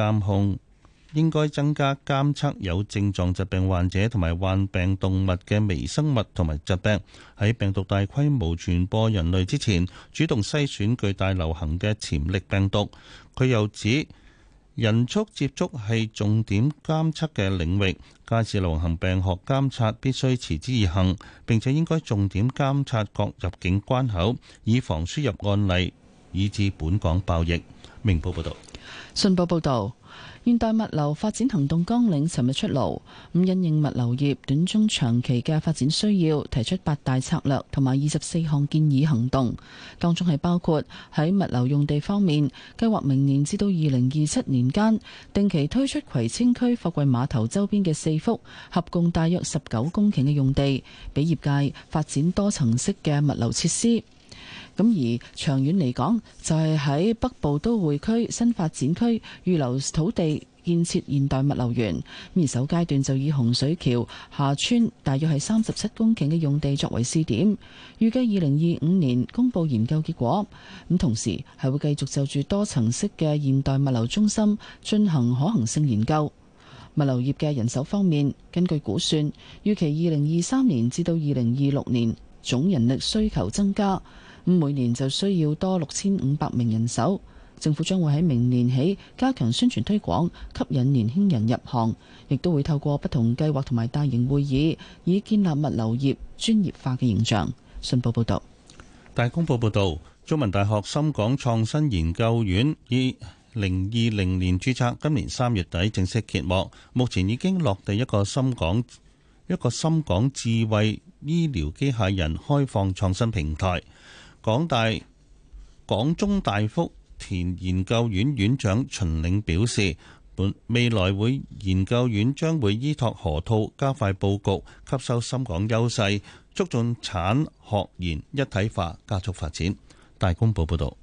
監測有症狀疾病患者同埋患病動物嘅微生物同埋疾病，喺病毒大規模傳播人類之前，主動篩選具大流行嘅潛力病毒。佢又指，人畜接觸係重點監測嘅領域，屆時流行病學監察必須持之以恆，並且應該重點監察各入境關口，以防輸入案例以致本港爆疫。明報報道。 信報報導。現代物流發展行動綱領尋日出爐，咁因應物流業短中長期嘅發展需要，提出8大策略同埋24項建議行動，當中係包括喺物流用地方面，計劃明年至到2027年間，定期推出葵青區貨櫃碼頭周邊嘅4幅，合共大約19公頃嘅用地，俾業界發展多層式嘅物流設施。咁而長遠嚟講，就係喺北部都會區新發展區預留土地建設現代物流園。而首階段就以洪水橋下村大約係37公頃嘅用地作為試點，預計2025年公佈研究結果。咁同時係會繼續就住多層式嘅現代物流中心進行可行性研究。物流業嘅人手方面，根據估算，預期2023年至到2026年總人力需求增加。每年就需要多6500名人手，政府將會喺明年起加強宣傳推廣，吸引年輕人入行，亦都會透過不同計劃同埋大型會議，以建立物流業專業化嘅形象。信報報道。 大公報報道，中文大學深港創新研究院以2020年註冊，今年3月底正式揭幕，目前已經落地一個深港智慧醫療機械人開放創新平台。港中大福田研究院院長秦嶺表示，未來研究院將會依託河套加快佈局，吸收深港優勢，促進產學研一體化，加速發展。大公報報道。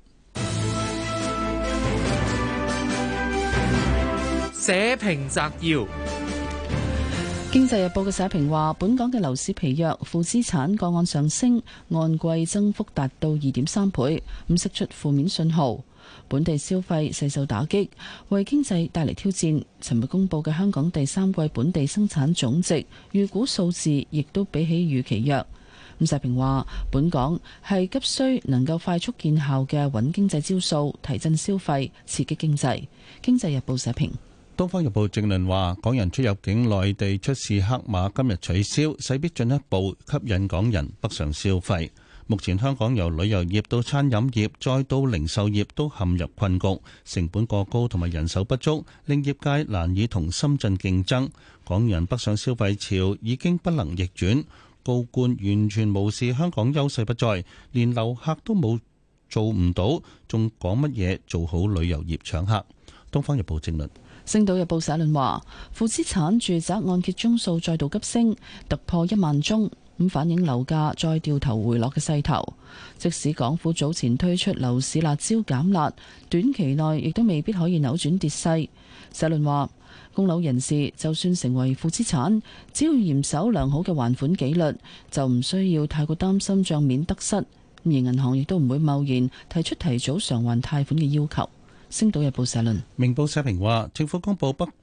社評摘要。 經濟日報嘅社評話，本港嘅樓市疲弱，負資產個案上升，按季增幅達到2.3倍，釋出負面信號。本地消費勢受打擊，為經濟帶嚟挑戰。尋日公佈嘅香港第3季本地生產總值預估數字，亦都比起預期弱。社評話，本港係急需能夠快速見效嘅穩經濟招數，提振消費，刺激經濟。經濟日報社評。 《東方日報》正論話，港人出入境內地出示黑碼今日取消，勢必進一步吸引港人北上消費。目前香港由旅遊業到餐飲業再到零售業都陷入困局，成本過高同埋人手不足，令業界難以同深圳競爭。港人北上消費潮已經不能逆轉，高官完全無視香港優勢不再，連留客都做唔到，仲講乜嘢做好旅遊業搶客？《東方日報》正論。 《星島日報》社論話，負資產住宅按揭宗數再度急升，突破1萬宗，反映樓價再掉頭回落嘅勢頭。即使港府早前推出樓市辣招減辣，短期內亦都未必可以扭轉跌勢。社論話，供樓人士就算成為負資產，只要嚴守良好嘅還款紀律，就唔需要太過擔心帳面得失。而銀行亦都唔會貿然提出提早償還貸款嘅要求。星島日報社論。 明報社評話，政府公布北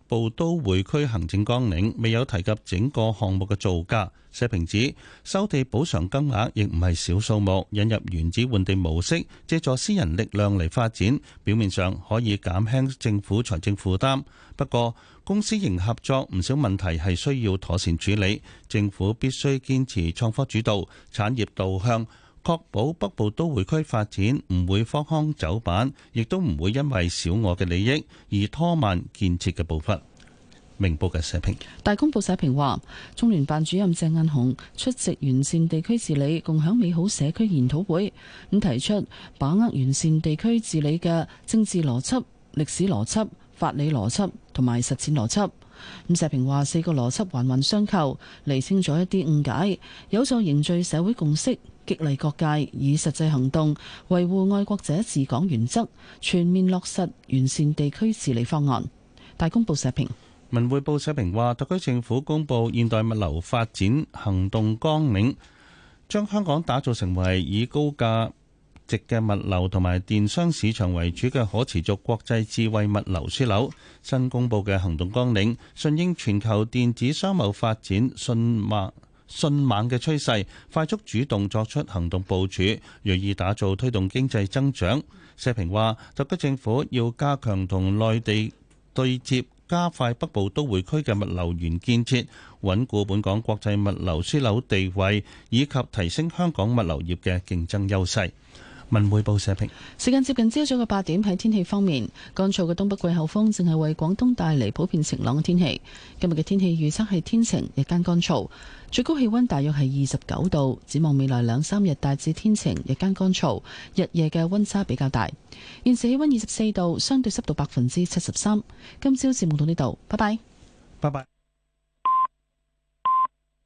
部都會區行政綱領，未有提及整個項目嘅造價。社評指收地補償金額亦唔係小數目，引入原址換地模式，借助私人力量嚟發展，表面上可以減輕政府財政負擔。不過公私營合作唔少問題係需要妥善處理，政府必須堅持創科主導、產業導向，確保北部都會區發展唔會荒腔走板，亦都唔會因為小我嘅利益而拖慢建設嘅步伐。明報嘅社評。 大公報社評話，中聯辦主任鄭雁雄出席完善地區治理、共享美好社區研討會，咁提出把握完善地區治理嘅政治邏輯、歷史邏輯、法理邏輯同埋實踐邏輯。咁社評話4個邏輯環環相扣，釐清咗一啲誤解，有助凝聚社會共識，激勵各界以實際行動維護愛國者治港原則，全面落實完善地區治理方案。大公報社評。 文匯報社評話，特區政府公布現代物流發展行動綱領，將香港打造成為以高價值嘅物流同埋電商市場為主嘅可持續國際智慧物流樞紐。新公布嘅行動綱領順應全球電子商貿發展迅猛嘅趨勢，快速主動作出行動部署，銳意打造推動經濟增長。社評話，特區政府要加強同內地對接，加快北部都會區嘅物流園建設，穩固本港國際物流樞紐地位，以及提升香港物流業嘅競爭優勢。文匯報社評。 時間接近朝早嘅8點，喺天氣方面，乾燥嘅東北季候風正係為廣東帶嚟普遍晴朗嘅天氣。今日嘅天氣預測係天晴，日間乾燥，最高氣溫大約係29度。展望未來2-3日大致天晴，日間乾燥，日夜嘅溫差比較大。現時氣溫24度，相對濕度73%。今朝節目到呢度，拜拜。 拜拜。